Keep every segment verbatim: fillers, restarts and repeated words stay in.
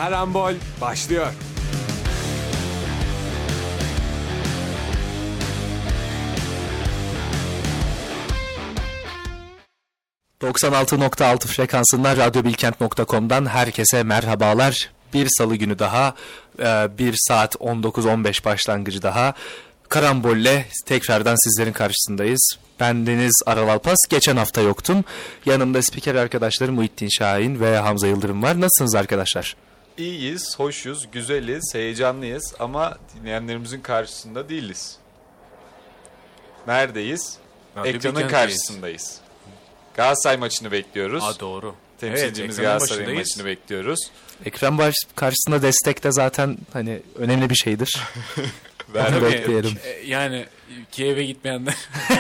Karambol başlıyor. doksan altı nokta altı frekansından radyobilkent nokta com'dan herkese merhabalar. Bir salı günü daha, bir saat on dokuz on beş başlangıcı daha. Karambol'le tekrardan sizlerin karşısındayız. Ben Deniz Aral Alpas. Geçen hafta yoktum. Yanımda spiker arkadaşlarım Muhittin Şahin ve Hamza Yıldırım var. Nasılsınız arkadaşlar? İyiyiz, hoşuz, güzeliz, heyecanlıyız ama dinleyenlerimizin karşısında değiliz. Neredeyiz? Radyo Ekranın karşısındayız. Galatasaray maçını bekliyoruz. Aa, doğru. Temsilcimiz Evet, Galatasaray maçını bekliyoruz. Ekran baş karşısında destek de zaten hani önemli bir şeydir. Ben bekleyelim. Yani Kiev'e gitmeyenler.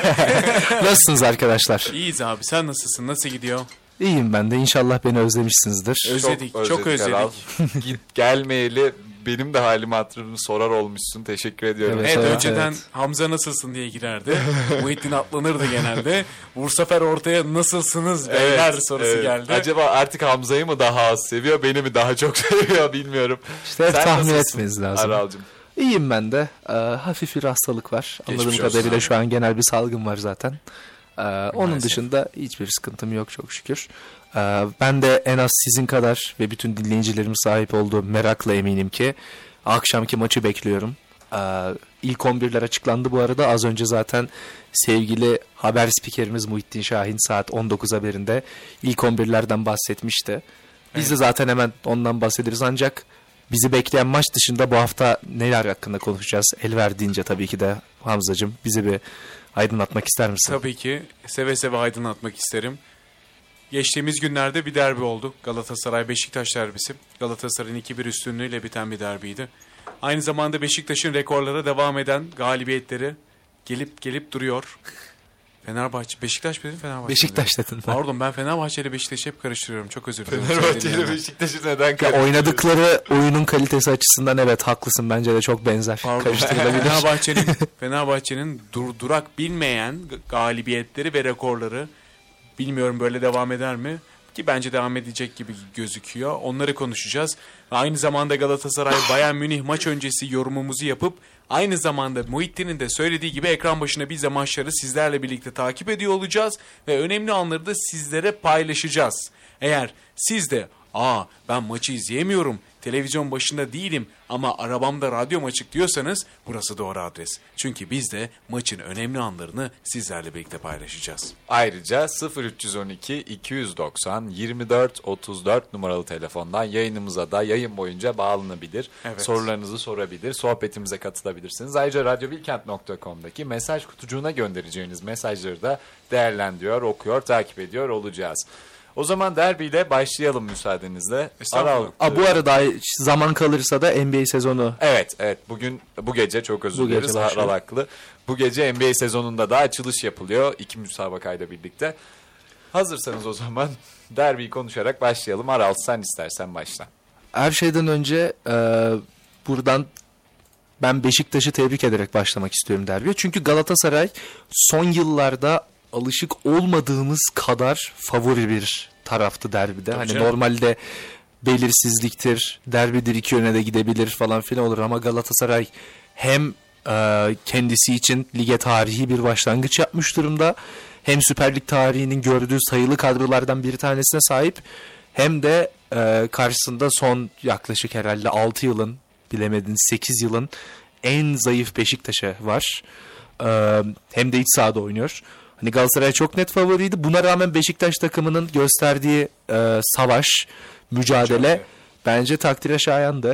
Nasılsınız arkadaşlar? İyiyiz abi, sen nasılsın? Nasıl gidiyor? İyiyim ben de. İnşallah beni özlemişsinizdir. Özledik, çok, çok özledik. Herhalde. Git gelmeyeli benim de halimi hatırımı sorar olmuşsun. Teşekkür ediyorum. Evet, Evet, önceden evet. Hamza nasılsın diye girerdi. Muhittin atlanırdı genelde. Bu sefer ortaya nasılsınız beyler Evet, sorusu evet. geldi. Acaba artık Hamza'yı mı daha az seviyor, beni mi daha çok seviyor bilmiyorum. İşte hep Sen tahmin nasılsın etmeniz lazım. Aralcığım? İyiyim ben de. Ee, hafif bir hastalık var. Geçmiş Anladığım olsun kadarıyla abi. şu an genel bir salgın var zaten. Ee, onun Maalesef. dışında hiçbir sıkıntım yok çok şükür. Ee, ben de en az sizin kadar ve bütün dinleyicilerimin sahip olduğu merakla eminim ki akşamki maçı bekliyorum. Ee, ilk on birler açıklandı bu arada. Az önce zaten sevgili haber spikerimiz Muhittin Şahin saat on dokuz haberinde ilk on birlerden bahsetmişti. Biz Evet. de zaten hemen ondan bahsederiz ancak bizi bekleyen maç dışında bu hafta neler hakkında konuşacağız? El verdiğince tabii ki de Hamzacığım bizi bir aydınlatmak ister misin? Tabii ki seve seve aydınlatmak isterim. Geçtiğimiz günlerde bir derbi oldu. Galatasaray-Beşiktaş derbisi. Galatasaray'ın iki bir üstünlüğüyle biten bir derbiydi. Aynı zamanda Beşiktaş'ın rekorlara devam eden galibiyetleri gelip gelip duruyor. Fenerbahçe, Beşiktaş mı dedin, Fenerbahçe mi Beşiktaş dedin? dedin. Pardon, ben Fenerbahçe ile Beşiktaş'ı hep karıştırıyorum. Çok özür dilerim. Fenerbahçe ile Söylediğim Beşiktaş'ı neden Ya karıştırıyorsun? oynadıkları oyunun kalitesi açısından evet haklısın. Bence de çok benzer. Pardon. Karıştırılabilir. Fenerbahçe'nin Fenerbahçe'nin durdurak bilmeyen galibiyetleri ve rekorları, bilmiyorum böyle devam eder mi? Ki bence devam edecek gibi gözüküyor. Onları konuşacağız. Ve aynı zamanda Galatasaray Bayern Münih maç öncesi yorumumuzu yapıp aynı zamanda Muhittin'in de söylediği gibi ekran başına biz de maçları sizlerle birlikte takip ediyor olacağız ve önemli anları da sizlere paylaşacağız. Eğer siz de aa ben maçı izleyemiyorum, televizyon başında değilim ama arabamda radyom açık diyorsanız burası doğru adres. Çünkü biz de maçın önemli anlarını sizlerle birlikte paylaşacağız. Ayrıca sıfır üç on iki iki yüz doksan yirmi dört otuz dört numaralı telefondan yayınımıza da yayın boyunca bağlanabilir. Evet. Sorularınızı sorabilir, sohbetimize katılabilirsiniz. Ayrıca radyobilkent nokta com'daki mesaj kutucuğuna göndereceğiniz mesajları da değerlendiriyor, okuyor, takip ediyor olacağız. O zaman derbiyle başlayalım müsaadenizle. Estağfurullah. Aral- Aa, bu arada zaman kalırsa da N B A sezonu Evet, evet. Bugün, bu gece çok özür Bu gece dileriz. başlıyor. Aral haklı. Bu gece N B A sezonunda da açılış yapılıyor. İki müsabakayla birlikte. Hazırsanız o zaman derbiyi konuşarak başlayalım. Aral, sen istersen başla. her şeyden önce e, buradan ben Beşiktaş'ı tebrik ederek başlamak istiyorum derbiye. Çünkü Galatasaray son yıllarda alışık olmadığımız kadar favori bir taraftı derbide. Hani canım. normalde belirsizliktir, derbidir iki yöne de gidebilir falan filan olur ama Galatasaray hem e, kendisi için lige tarihi bir başlangıç yapmış durumda, hem Süper Lig tarihinin gördüğü sayılı kadrolardan bir tanesine sahip, hem de e, karşısında son yaklaşık herhalde altı yılın, bilemedin sekiz yılın en zayıf Beşiktaş'ı var. E, hem de iç sahada oynuyor. Hani Galatasaray çok net favoriydi. Buna rağmen Beşiktaş takımının gösterdiği e, savaş, mücadele Mücadele. bence takdire şayandı.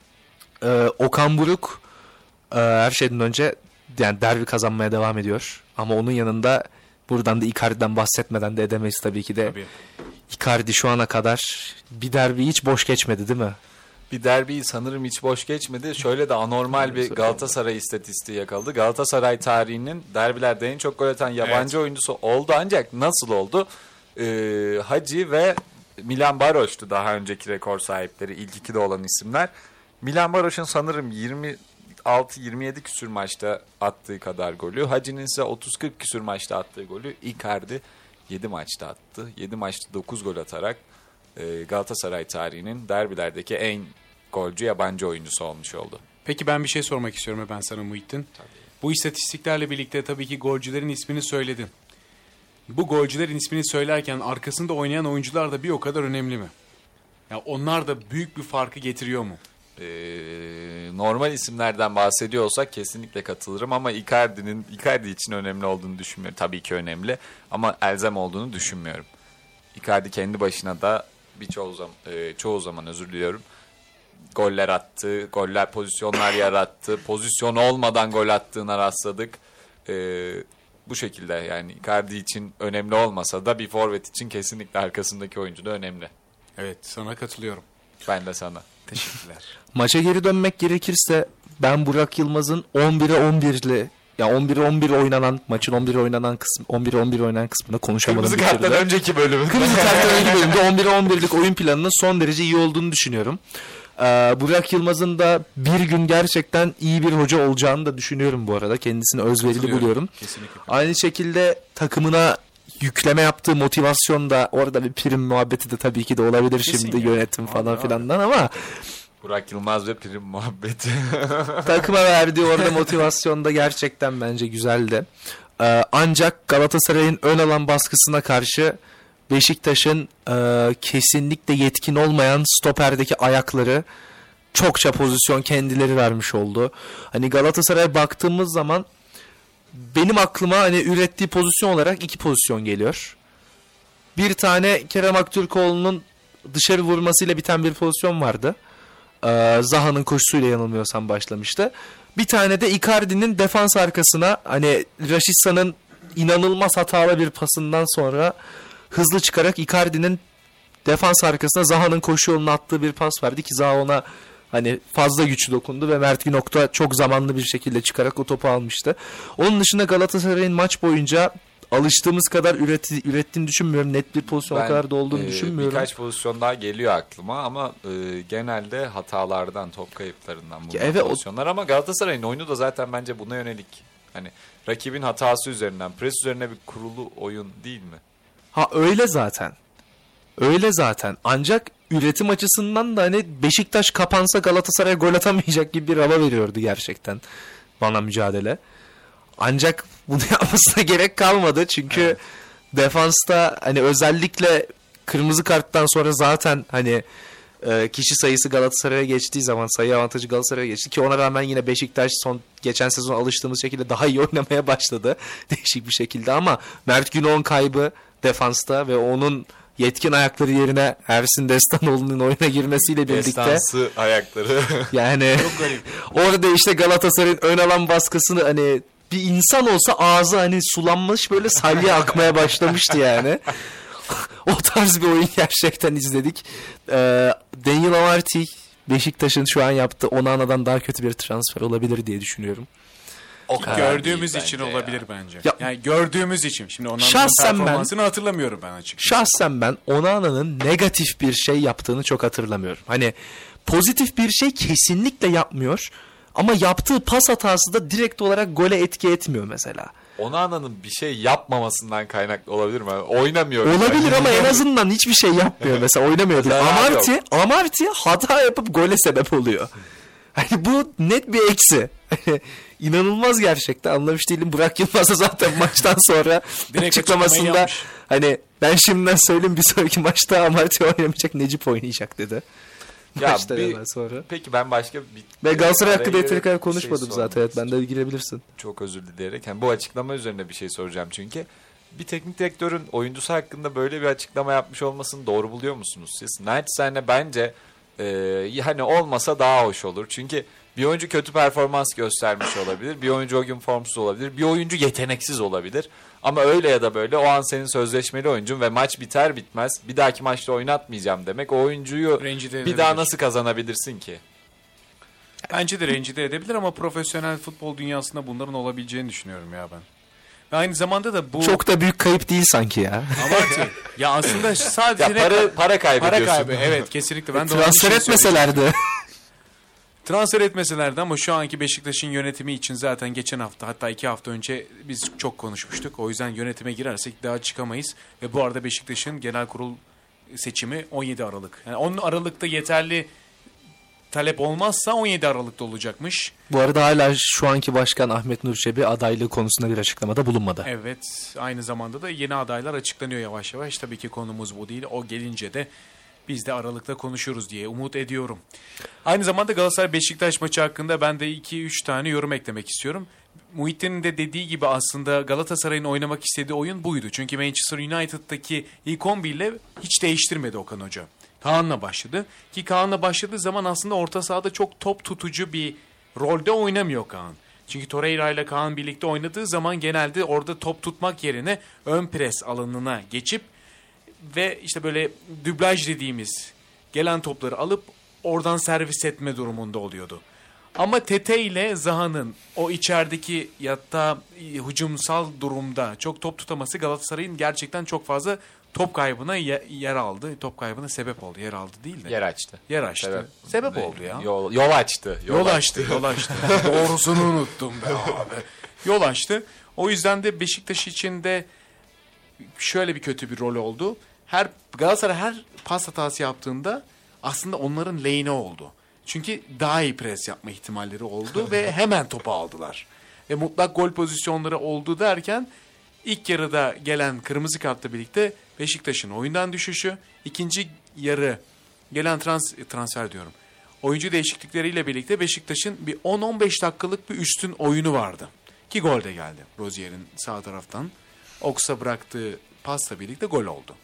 E, Okan Buruk e, her şeyden önce yani derbi kazanmaya devam ediyor. Ama onun yanında buradan da Icardi'den bahsetmeden de edemeyiz tabii ki de. Tabii. Icardi şu ana kadar bir derbi hiç boş geçmedi değil mi? Bir derbiyi sanırım hiç boş geçmedi. Şöyle de anormal bir Galatasaray istatistiği yakaladı. Galatasaray tarihinin derbilerde en çok gol atan yabancı Evet. oyuncusu oldu. Ancak nasıl oldu? Ee, Hacı ve Milan Baroş'tu daha önceki rekor sahipleri. İlk ikide olan isimler. Milan Baroş'un sanırım yirmi altı yirmi yedi küsür maçta attığı kadar golü. Hacı'nın ise otuz kırk küsür maçta attığı golü. Icardi yedi maçta attı. yedi maçta dokuz gol atarak e, Galatasaray tarihinin derbilerdeki en golcü yabancı oyuncusu olmuş oldu. Peki ben bir şey sormak istiyorum ben sana Muhittin. Bu istatistiklerle birlikte tabii ki golcülerin ismini söyledin. Bu golcülerin ismini söylerken arkasında oynayan oyuncular da bir o kadar önemli mi? Ya onlar da büyük bir farkı getiriyor mu? Ee, normal isimlerden bahsediyorsak kesinlikle katılırım ama Icardi'nin Icardi için önemli olduğunu düşünmüyorum. Tabii ki önemli ama elzem olduğunu düşünmüyorum. Icardi kendi başına da birçoğu zaman, e, çoğu zaman özür diliyorum. Goller attı, goller pozisyonlar yarattı. Pozisyon olmadan gol attığına rastladık. Ee, bu şekilde yani Icardi için önemli olmasa da bir forvet için kesinlikle arkasındaki oyuncu da önemli. Evet, sana katılıyorum. Ben de sana. Teşekkürler. Maça geri dönmek gerekirse ben Burak Yılmaz'ın on bire on birli ya on bire on bir oynanan maçın on bire oynanan kısmı on bire on bir oynanan kısmında konuşamadım. Kırmızı karttan önceki bölümü. Kırmızı karttan önceki bölümde on bire on birlik oyun planının son derece iyi olduğunu düşünüyorum. Ee, Burak Yılmaz'ın da bir gün gerçekten iyi bir hoca olacağını da düşünüyorum bu arada. Kendisini özverili buluyorum. Kesinlikle. Aynı şekilde takımına yükleme yaptığı motivasyon da orada bir prim muhabbeti de tabii ki de olabilir Kesin şimdi ya. yönetim falan Abi, filandan ama Burak Yılmaz ve prim muhabbeti. takıma verdiği orada motivasyon da gerçekten bence güzeldi. Ee, ancak Galatasaray'ın ön alan baskısına karşı Beşiktaş'ın e, kesinlikle yetkin olmayan stoperdeki ayakları çokça pozisyon kendileri vermiş oldu. Hani Galatasaray'a baktığımız zaman benim aklıma hani ürettiği pozisyon olarak iki pozisyon geliyor. Bir tane Kerem Aktürkoğlu'nun dışarı vurmasıyla biten bir pozisyon vardı. Ee, Zaha'nın koşusuyla yanılmıyorsam başlamıştı. Bir tane de Icardi'nin defans arkasına hani Raşitsa'nın inanılmaz hatalı bir pasından sonra hızlı çıkarak Icardi'nin defans arkasına Zaha'nın koşu yoluna attığı bir pas verdi ki Zaha ona hani fazla güçlü dokundu ve Mert Günok'ta çok zamanlı bir şekilde çıkarak o topu almıştı. Onun dışında Galatasaray'ın maç boyunca alıştığımız kadar üretti, ürettiğini düşünmüyorum. Net bir pozisyon o kadar da olduğunu e, düşünmüyorum. Birkaç pozisyon daha geliyor aklıma ama e, genelde hatalardan, top kayıplarından bunlar Evet, o- pozisyonlar. Ama Galatasaray'ın oyunu da zaten bence buna yönelik. Hani rakibin hatası üzerinden, pres üzerine bir kurulu oyun değil mi? Ha öyle zaten. Öyle zaten. Ancak üretim açısından da hani Beşiktaş kapansa Galatasaray gol atamayacak gibi bir hava veriyordu gerçekten bana mücadele. Ancak bunu yapmasına gerek kalmadı. Çünkü Evet. defansta hani özellikle kırmızı karttan sonra zaten hani e, kişi sayısı Galatasaray'a geçtiği zaman sayı avantajı Galatasaray'a geçti ki ona rağmen yine Beşiktaş son geçen sezon alıştığımız şekilde daha iyi oynamaya başladı. Değişik bir şekilde ama Mert Günok'un kaybı defansta ve onun yetkin ayakları yerine Ersin Destanoğlu'nun oyuna girmesiyle birlikte Destansı ayakları. yani orada işte Galatasaray'ın ön alan baskısını hani bir insan olsa ağzı hani sulanmış böyle salya akmaya başlamıştı yani. O tarz bir oyun gerçekten izledik. Ee, Daniel Amarty Beşiktaş'ın şu an yaptığı Onana'dan daha kötü bir transfer olabilir diye düşünüyorum. O kadar Gördüğümüz değil için bence olabilir ya. bence. Ya- yani gördüğümüz için. Şimdi onların Şahsen ben- performansını hatırlamıyorum ben açıkçası. Şahsen ben Onana'nın negatif bir şey yaptığını çok hatırlamıyorum. Hani pozitif bir şey kesinlikle yapmıyor. Ama yaptığı pas hatası da direkt olarak gole etki etmiyor mesela. Onana'nın bir şey yapmamasından kaynaklı olabilir mi? Oynamıyor. Olabilir ama en azından hiçbir şey yapmıyor mesela oynamıyor. bile. Zarar Amarty, yok. Amarty hata yapıp gole sebep oluyor. Hani bu net bir eksi. Hani İnanılmaz gerçekten anlamış değilim. Burak Yılmaz da zaten maçtan sonra Direkt açıklamasında açıklamayı yapmış. hani ben şimdiden söyleyeyim bir sonraki maçta Amarty oynamayacak, Necip oynayacak dedi. Ya Maçtan bir- hemen sonra. Peki ben başka bir... Ve Galatasaray hakkında Araya yeteri kadar bir şey konuşmadım sormak zaten. Evet, ben istiyorum. de girebilirsin. Çok özür dileyerek. Yani bu açıklama üzerine bir şey soracağım çünkü. Bir teknik direktörün oyuncusu hakkında böyle bir açıklama yapmış olmasını doğru buluyor musunuz siz? Naçizane bence e, hani olmasa daha hoş olur. Çünkü bir oyuncu kötü performans göstermiş olabilir. Bir oyuncu o gün formsuz olabilir. Bir oyuncu yeteneksiz olabilir. Ama öyle ya da böyle o an senin sözleşmeli oyuncun ve maç biter bitmez bir dahaki maçta oynatmayacağım demek. O oyuncuyu Rencide bir edebilir. daha nasıl kazanabilirsin ki? Bence de rencide edebilir ama profesyonel futbol dünyasında bunların olabileceğini düşünüyorum ya ben. Ve aynı zamanda da bu... Çok da büyük kayıp değil sanki ya. Abartı. Ya aslında sadece... Ya ne- para, para kaybediyorsun. Para kaybı, evet kesinlikle. Ben de onun Transfer için etmeselerdi. Transfer etmeselerdi ama şu anki Beşiktaş'ın yönetimi için zaten geçen hafta hatta iki hafta önce biz çok konuşmuştuk. O yüzden yönetime girersek daha çıkamayız. Ve bu arada Beşiktaş'ın genel kurul seçimi on yedi Aralık. Yani on Aralık'ta yeterli talep olmazsa on yedi Aralık'ta olacakmış. Bu arada hala şu anki başkan Ahmet Nur Çebi adaylığı konusunda bir açıklamada bulunmadı. Evet, aynı zamanda da yeni adaylar açıklanıyor yavaş yavaş. Tabii ki konumuz bu değil. O gelince de biz de Aralık'ta konuşuruz diye umut ediyorum. Aynı zamanda Galatasaray-Beşiktaş maçı hakkında ben de iki üç tane yorum eklemek istiyorum. Muhittin'in de dediği gibi aslında Galatasaray'ın oynamak istediği oyun buydu. Çünkü Manchester United'daki ilk on bir ile hiç değiştirmedi Okan Hoca. Kaan'la başladı. Ki Kaan'la başladığı zaman aslında orta sahada çok top tutucu bir rolde oynamıyor Kaan. Çünkü Torreira ile Kaan birlikte oynadığı zaman genelde orada top tutmak yerine ön pres alanına geçip ve işte böyle dublaj dediğimiz gelen topları alıp oradan servis etme durumunda oluyordu. Ama Tete ile Zaha'nın o içerideki yatta hücumsal durumda çok top tutaması Galatasaray'ın gerçekten çok fazla top kaybına yer aldı. Top kaybına sebep oldu. Yer aldı değil de. Yer açtı. Yer açtı. Sebep, sebep oldu ya. Yol, yol açtı. Yol, yol açtı. açtı. Yol açtı. Doğrusunu unuttum be abi. Yol açtı. O yüzden de Beşiktaş için de şöyle bir kötü bir rol oldu. Her Galatasaray her pas hatası yaptığında aslında onların lehine oldu. Çünkü daha iyi pres yapma ihtimalleri oldu ve hemen topu aldılar. Ve mutlak gol pozisyonları oldu derken ilk yarıda gelen kırmızı kartla birlikte Beşiktaş'ın oyundan düşüşü, ikinci yarı gelen trans, transfer diyorum. Oyuncu değişiklikleriyle birlikte Beşiktaş'ın bir on on beş dakikalık bir üstün oyunu vardı. Ki gol de geldi. Rozier'in sağ taraftan Oks'a bıraktığı pasla birlikte gol oldu.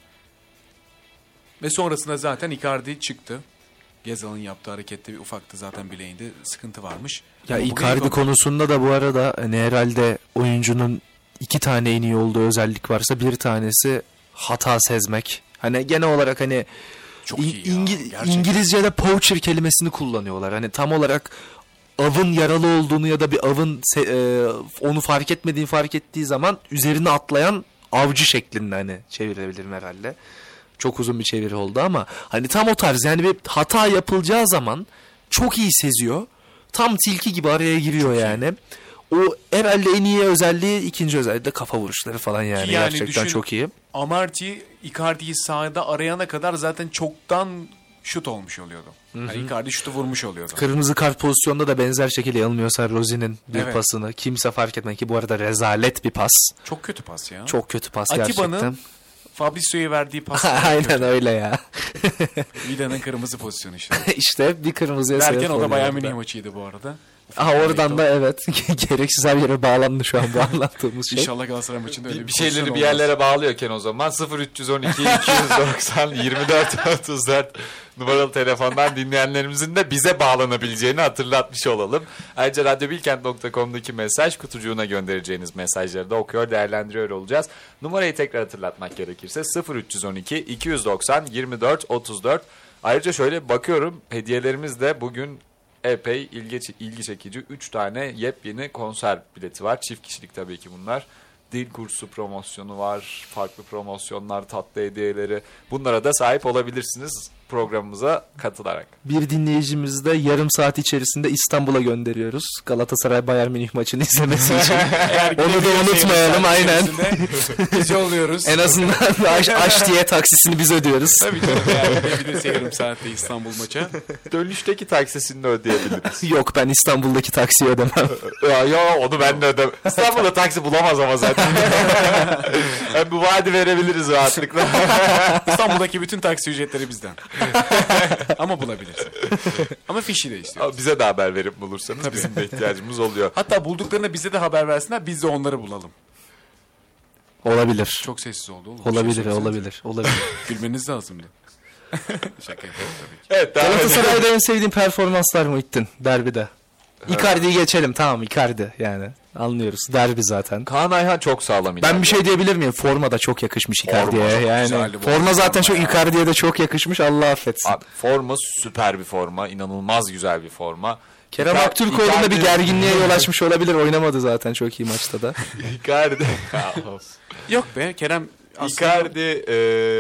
Ve sonrasında zaten Icardi çıktı. Gezal'ın yaptığı harekette bir ufaktı zaten bileğinde sıkıntı varmış. Ya Ama Icardi konusunda da bu arada hani herhalde oyuncunun iki tane en iyi olduğu özellik varsa bir tanesi hata sezmek. Hani genel olarak hani çok iyi ya, İngi- İngilizce'de poacher kelimesini kullanıyorlar. Hani tam olarak avın yaralı olduğunu ya da bir avın se- e, onu fark etmediğini fark ettiği zaman üzerine atlayan avcı şeklinde hani çevirebilirim herhalde. Çok uzun bir çeviri oldu ama hani tam o tarz yani bir hata yapılacağı zaman çok iyi seziyor. Tam tilki gibi araya giriyor çok yani. İyi. O herhalde en iyi özelliği ikinci özelliği de kafa vuruşları falan yani, yani gerçekten düşün, çok iyi. Amarty Icardi'yi sahada arayana kadar zaten çoktan şut olmuş oluyordu. Yani Icardi şutu vurmuş oluyordu. Kırmızı kart pozisyonda da benzer şekilde yanılmıyorsa Rozi'nin bir evet. pasını kimse fark etmedi ki bu arada rezalet bir pas. Çok kötü pas ya. Çok kötü pas Atiba'nın gerçekten. Fabrizio'ya verdiği pas. Aynen kötü. Öyle ya. Vida'nın kırmızı pozisyonu işte. İşte bir kırmızıya sebep derken o da Bayern Münih maçıydı bu arada. Aha oradan da evet gereksiz her yere bağlandı şu an bu anlattığımız şey. İnşallah Galatasaray maçında öyle bir, bir şeyleri bir yerlere bağlıyorken o zaman sıfır üç yüz on iki iki yüz doksan yirmi dört otuz dört numaralı telefondan dinleyenlerimizin de bize bağlanabileceğini hatırlatmış olalım. Ayrıca radyobilkent nokta com'daki mesaj kutucuğuna göndereceğiniz mesajları da okuyor, değerlendiriyor olacağız. Numarayı tekrar hatırlatmak gerekirse sıfır üç yüz on iki iki yüz doksan yirmi dört otuz dört. Ayrıca şöyle bakıyorum, hediyelerimiz de bugün epey ilgi, ilgi çekici. üç tane yepyeni konser bileti var. Çift kişilik tabii ki bunlar. Dil kursu promosyonu var. Farklı promosyonlar, tatlı hediyeleri. Bunlara da sahip olabilirsiniz programımıza katılarak. Bir dinleyicimizi de yarım saat içerisinde İstanbul'a gönderiyoruz. Galatasaray Bayern Münih maçını izlemesi için. Onu da unutmayalım aynen. Biz yolluyoruz. En azından aş, aş diye taksisini biz ödüyoruz. Tabii canım yani bir de yarım saatte İstanbul maça. Dönüşteki taksisini de ödeyebiliriz. Yok ben İstanbul'daki taksiyi ödemem. ya, ya onu ben de ödemem. İstanbul'da taksi bulamaz ama zaten. yani bu vaadi verebiliriz rahatlıkla. İstanbul'daki bütün taksi ücretleri bizden. Ama bulabilirsin. Ama fişi de istiyoruz. Bize de haber verip bulursanız tabii. Bizim de ihtiyacımız oluyor. Hatta bulduklarında bize de haber versinler, biz de onları bulalım. Olabilir. Çok sessiz oldu oğlum. Olabilir, şey olabilir, olabilir. Gülmeniz lazımdı. Şaka yapıyorum tabii ki. Evet, Galatasaray'da en sevdiğin performanslar mı Muhittin derbide? Icardi'yi geçelim, tamam Icardi yani. Anlıyoruz. Derbi zaten. Kaan Ayhan çok sağlam. Ben ileride. Bir şey diyebilir miyim? Forma da çok yakışmış Icardi'ye. Yani güzeldi, forma zaten çok Icardi'ye de çok yakışmış. Allah affetsin. Abi, forma süper bir forma. İnanılmaz güzel bir forma. Kerem İkar- Aktürkoğlu'nda Icardi... bir gerginliğe yol açmış olabilir. Oynamadı zaten çok iyi maçta da. Icardi. Yok be Kerem. Aslında... Icardi e,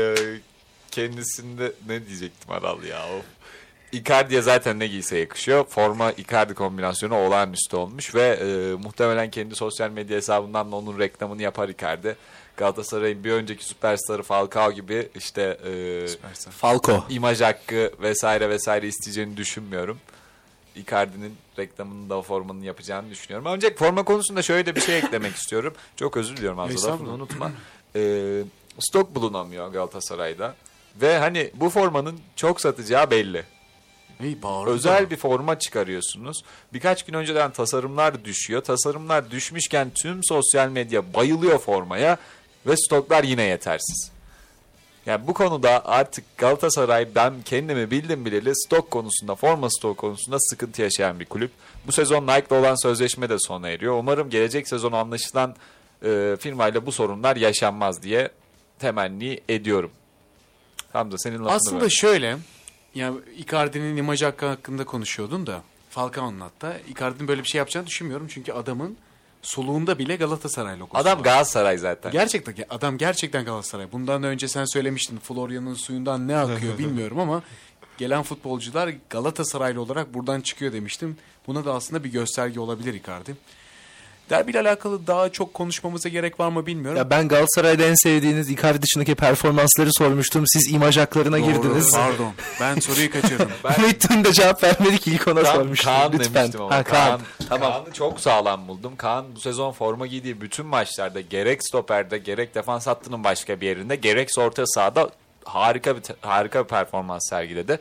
kendisinde ne diyecektim Aral ya o. Icardi'ye zaten ne giyse yakışıyor. Forma Icardi kombinasyonu olağanüstü olmuş ve e, muhtemelen kendi sosyal medya hesabından da onun reklamını yapar Icardi. Galatasaray'ın bir önceki süperstarı Falcao gibi işte e, Süperstar. Falco. imaj hakkı vesaire vesaire isteyeceğini düşünmüyorum. Icardi'nin reklamını da formanın yapacağını düşünüyorum. Ancak forma konusunda şöyle de bir şey eklemek istiyorum. Çok özür diliyorum Hamza, lafını Estağfurullah. unutma. Ee, stok bulunamıyor Galatasaray'da. Ve hani bu formanın çok satacağı belli. İyi, bağırdı Özel da. bir forma çıkarıyorsunuz. Birkaç gün önceden tasarımlar düşüyor. Tasarımlar düşmüşken tüm sosyal medya bayılıyor formaya ve stoklar yine yetersiz. Yani bu konuda artık Galatasaray, ben kendimi bildim bileli stok konusunda, forma stok konusunda sıkıntı yaşayan bir kulüp. Bu sezon Nike'la olan sözleşme de sona eriyor. Umarım gelecek sezon anlaşılan e, firmayla bu sorunlar yaşanmaz diye temenni ediyorum. Hamza, senin lafını Aslında ver. şöyle, ya Icardi'nin imaj hakkı hakkında konuşuyordun da Falcao'nun hatta. Icardi'nin böyle bir şey yapacağını düşünmüyorum çünkü adamın soluğunda bile Galatasaray logosu Adam var. Galatasaray zaten. Gerçekten adam gerçekten Galatasaray. Bundan önce sen söylemiştin Florya'nın suyundan ne akıyor bilmiyorum ama gelen futbolcular Galatasaraylı olarak buradan çıkıyor demiştim. Buna da aslında bir gösterge olabilir Icardi. Derbiyle alakalı daha çok konuşmamıza gerek var mı bilmiyorum. Ya ben Galatasaray'da en sevdiğiniz Icardi dışındaki performansları sormuştum. Siz imaj haklarına Doğru, girdiniz. Pardon. Ben soruyu kaçırdım. Muhittin de cevap vermedik, ilk ona Kaan, sormuştum. Kaan Lütfen. demiştim ama. Ha, Kaan, Kaan. Tamam. Kaan'ı çok sağlam buldum. Kaan bu sezon forma giydiği bütün maçlarda gerek stoperde gerek defans hattının başka bir yerinde gerekse orta sahada harika bir harika bir performans sergiledi.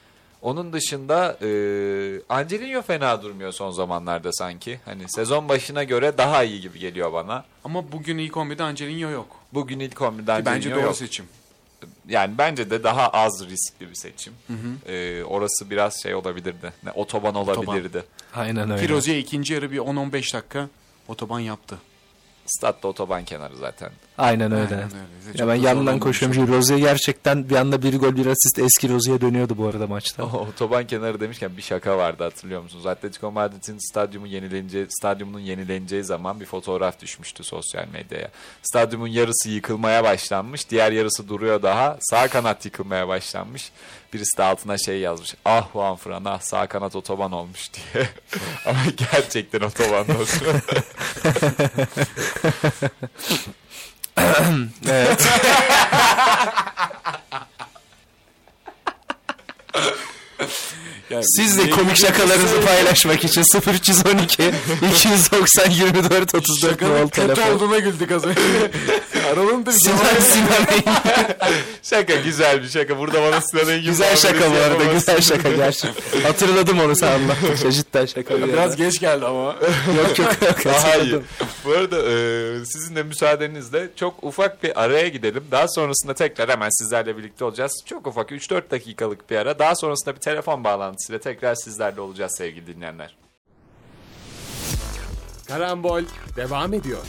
Onun dışında e, Angelino fena durmuyor son zamanlarda sanki. Hani sezon başına göre daha iyi gibi geliyor bana. Ama bugün ilk on birde Angelino yok. Bugün ilk on birde Ki bence Angelino doğru yok. seçim. Yani bence de daha az riskli bir seçim. E, orası biraz şey olabilirdi. Ne, otoban olabilirdi. Aynen öyle. Firozi'ye ikinci yarı bir on on beş dakika otoban yaptı. Statta otoban kenarı zaten. Aynen öyle. Aynen öyle. Çok Ya ben da yandan zorlanmamış koşuyorum. oldu. Rozier gerçekten bir anda bir gol bir asist eski Rozier'e dönüyordu bu arada maçta. O otoban kenarı demişken bir şaka vardı, hatırlıyor musunuz? Atletico Madrid'in stadyumu yenileneceği, stadyumunun yenileneceği zaman bir fotoğraf düşmüştü sosyal medyaya. Stadyumun yarısı yıkılmaya başlanmış, diğer yarısı duruyor daha. Sağ kanat yıkılmaya başlanmış. Birisi de altına şey yazmış. Ah Juan Fran, ah sağ kanat otoban olmuş diye. Ama gerçekten otoban olmuş. Evet. Yani Siz de komik şakalarınızı paylaşmak için sıfır üç yüz on iki iki yüz doksan yirmi dört otuz dört şakanın numaralı kötü telefon. olduğuna güldük az önce. Aralım da bir Sinan cevap- Sinan Engin. Şaka, güzel bir şaka. Burada bana Sinan Engin Güzel şaka bu muamelesi arada, yapamazsın. güzel şaka gerçekten. Hatırladım onu sen anlattıkça, cidden şaka. bir Biraz yana. geç geldi ama. Yok yok yok. Daha iyi. hatırladım. Bu arada e, sizin de müsaadenizle çok ufak bir araya gidelim. Daha sonrasında tekrar hemen sizlerle birlikte olacağız. Çok ufak üç dört dakikalık bir ara. Daha sonrasında bir telefon bağlantısıyla tekrar sizlerle olacağız sevgili dinleyenler. Karambol devam ediyor.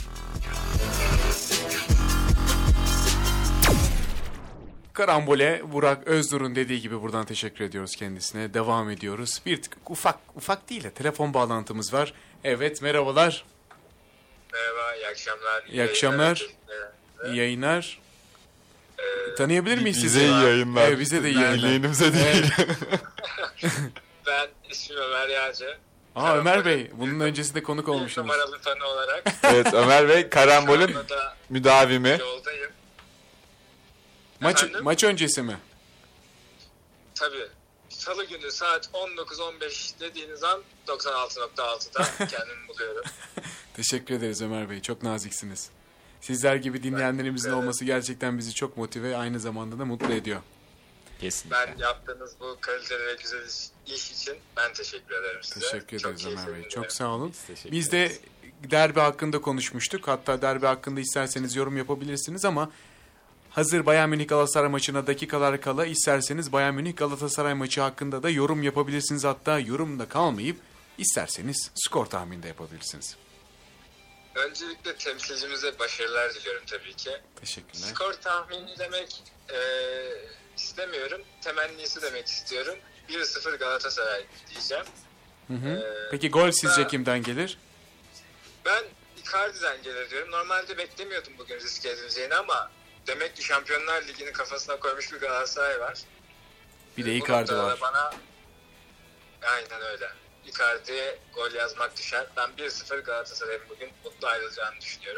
Karambole Burak Özdur'un dediği gibi buradan teşekkür ediyoruz kendisine. Devam ediyoruz. Bir tık ufak ufak değil de telefon bağlantımız var. Evet, merhabalar. Merhaba, iyi akşamlar. İyi akşamlar. İyi yayınlar. Tanıyabilir miyiz sizi? Bize iyi yayınlar. Evet, bize de iyi yayınlar. Dinleyenimize değil. Ben ismim Ömer Yağcı. Aa, Ömer Bey, bunun öncesinde konuk Bir olmuşsunuz. numaralı fanı olarak Evet, Ömer Bey Karambol'ün şu anda da müdavimi. yoldayım. Maç, Efendim? maç öncesi mi? Tabii. Salı günü saat on dokuz on beş dediğiniz an doksan altı nokta altıda kendimi buluyorum. Teşekkür ederiz Ömer Bey, çok naziksiniz. Sizler gibi dinleyenlerimizin olması gerçekten bizi çok motive, aynı zamanda da mutlu ediyor. Kesin. Ben yaptığınız bu kaliteli ve güzel iş, iş için ben teşekkür ederim size. Teşekkür Çok ederiz keyifli Ömer Bey. bir Çok günde. sağ olun. teşekkür Biz de derbi hakkında konuşmuştuk. Hatta derbi hakkında isterseniz yorum yapabilirsiniz ama hazır Bayern Münih Galatasaray maçına dakikalar kala isterseniz Bayern Münih Galatasaray maçı hakkında da yorum yapabilirsiniz. Hatta yorumda kalmayıp isterseniz skor tahmini de yapabilirsiniz. Öncelikle temsilcimize başarılar diliyorum tabii ki. Teşekkürler. Skor tahmini demek e, istemiyorum. Temennisi demek istiyorum. bir sıfır Galatasaray diyeceğim. Hı hı. Ee, Peki gol sizce ben- kimden gelir? Ben Icardi'den gelir diyorum. Normalde beklemiyordum bugün risk edileceğini ama demek ki Şampiyonlar Ligi'ni kafasına koymuş bir Galatasaray var. Bir de Bu Icardi noktada var. Bana aynen öyle. Icardi'ye gol yazmak düşer. Ben bir sıfır Galatasaray'ın bugün mutlu ayrılacağını düşünüyorum.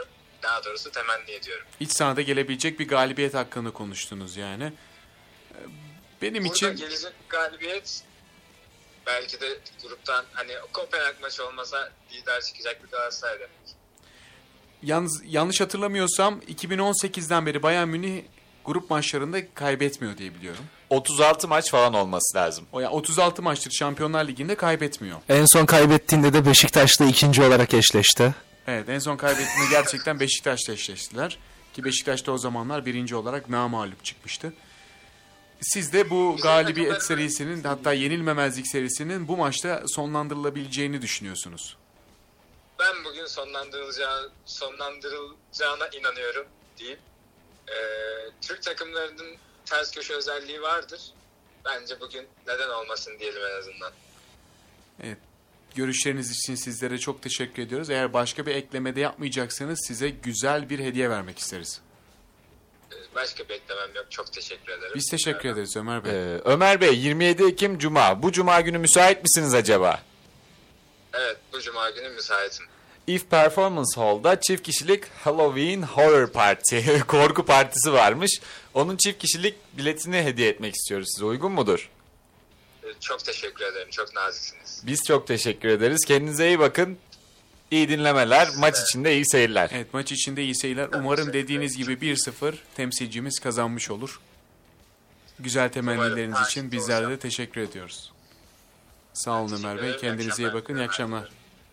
daha doğrusu temenni ediyorum. İç sahada gelebilecek bir galibiyet hakkında konuştunuz yani. Ee, Benim Burada için gelecek galibiyet belki de gruptan hani Kopenhag maçı olmasa lider çıkacak bir Galatasaray demek. yalnız yanlış hatırlamıyorsam iki bin on sekizden beri Bayern Münih grup maçlarında kaybetmiyor diye biliyorum. otuz altı maç falan olması lazım. O yani otuz altı maçtır Şampiyonlar Ligi'nde kaybetmiyor. En son kaybettiğinde de Beşiktaş'la ikinci olarak eşleşti. Evet, en son kaybettiğinde gerçekten Beşiktaş'la eşleştiler. Ki Beşiktaş da o zamanlar birinci olarak namağlup çıkmıştı. Siz de bu galibiyet serisinin, hatta yenilmemezlik serisinin bu maçta sonlandırılabileceğini düşünüyorsunuz. Ben bugün sonlandırılacağı, sonlandırılacağına inanıyorum diyeyim. Ee, Türk takımlarının ters köşe özelliği vardır. Bence bugün neden olmasın diyelim en azından. Evet. Görüşleriniz için sizlere çok teşekkür ediyoruz. Eğer başka bir eklemede yapmayacaksanız size güzel bir hediye vermek isteriz. Ee, Başka bir eklemem yok. Çok teşekkür ederim. Biz teşekkür Ee, ederiz Ömer Bey. Ee, Ömer Bey, yirmi yedi Ekim Cuma. Bu Cuma günü müsait misiniz acaba? Evet, bu cuma günü müsaitim. If Performance Hall'da çift kişilik Halloween Horror Party, korku partisi varmış. Onun çift kişilik biletini hediye etmek istiyoruz size. Uygun mudur? Ee, Çok teşekkür ederim. Çok naziksiniz. Biz çok teşekkür ederiz. Kendinize iyi bakın. İyi dinlemeler. Maç içinde iyi seyirler. Evet, maç içinde iyi seyirler. Umarım dediğiniz gibi bir sıfır temsilcimiz kazanmış olur. Güzel temennileriniz Umarım. için bizler de teşekkür ediyoruz. Sağ olun teşekkür Ömer Bey. ederim. İyi Kendinize iyi akşamlar. bakın. İyi akşamlar.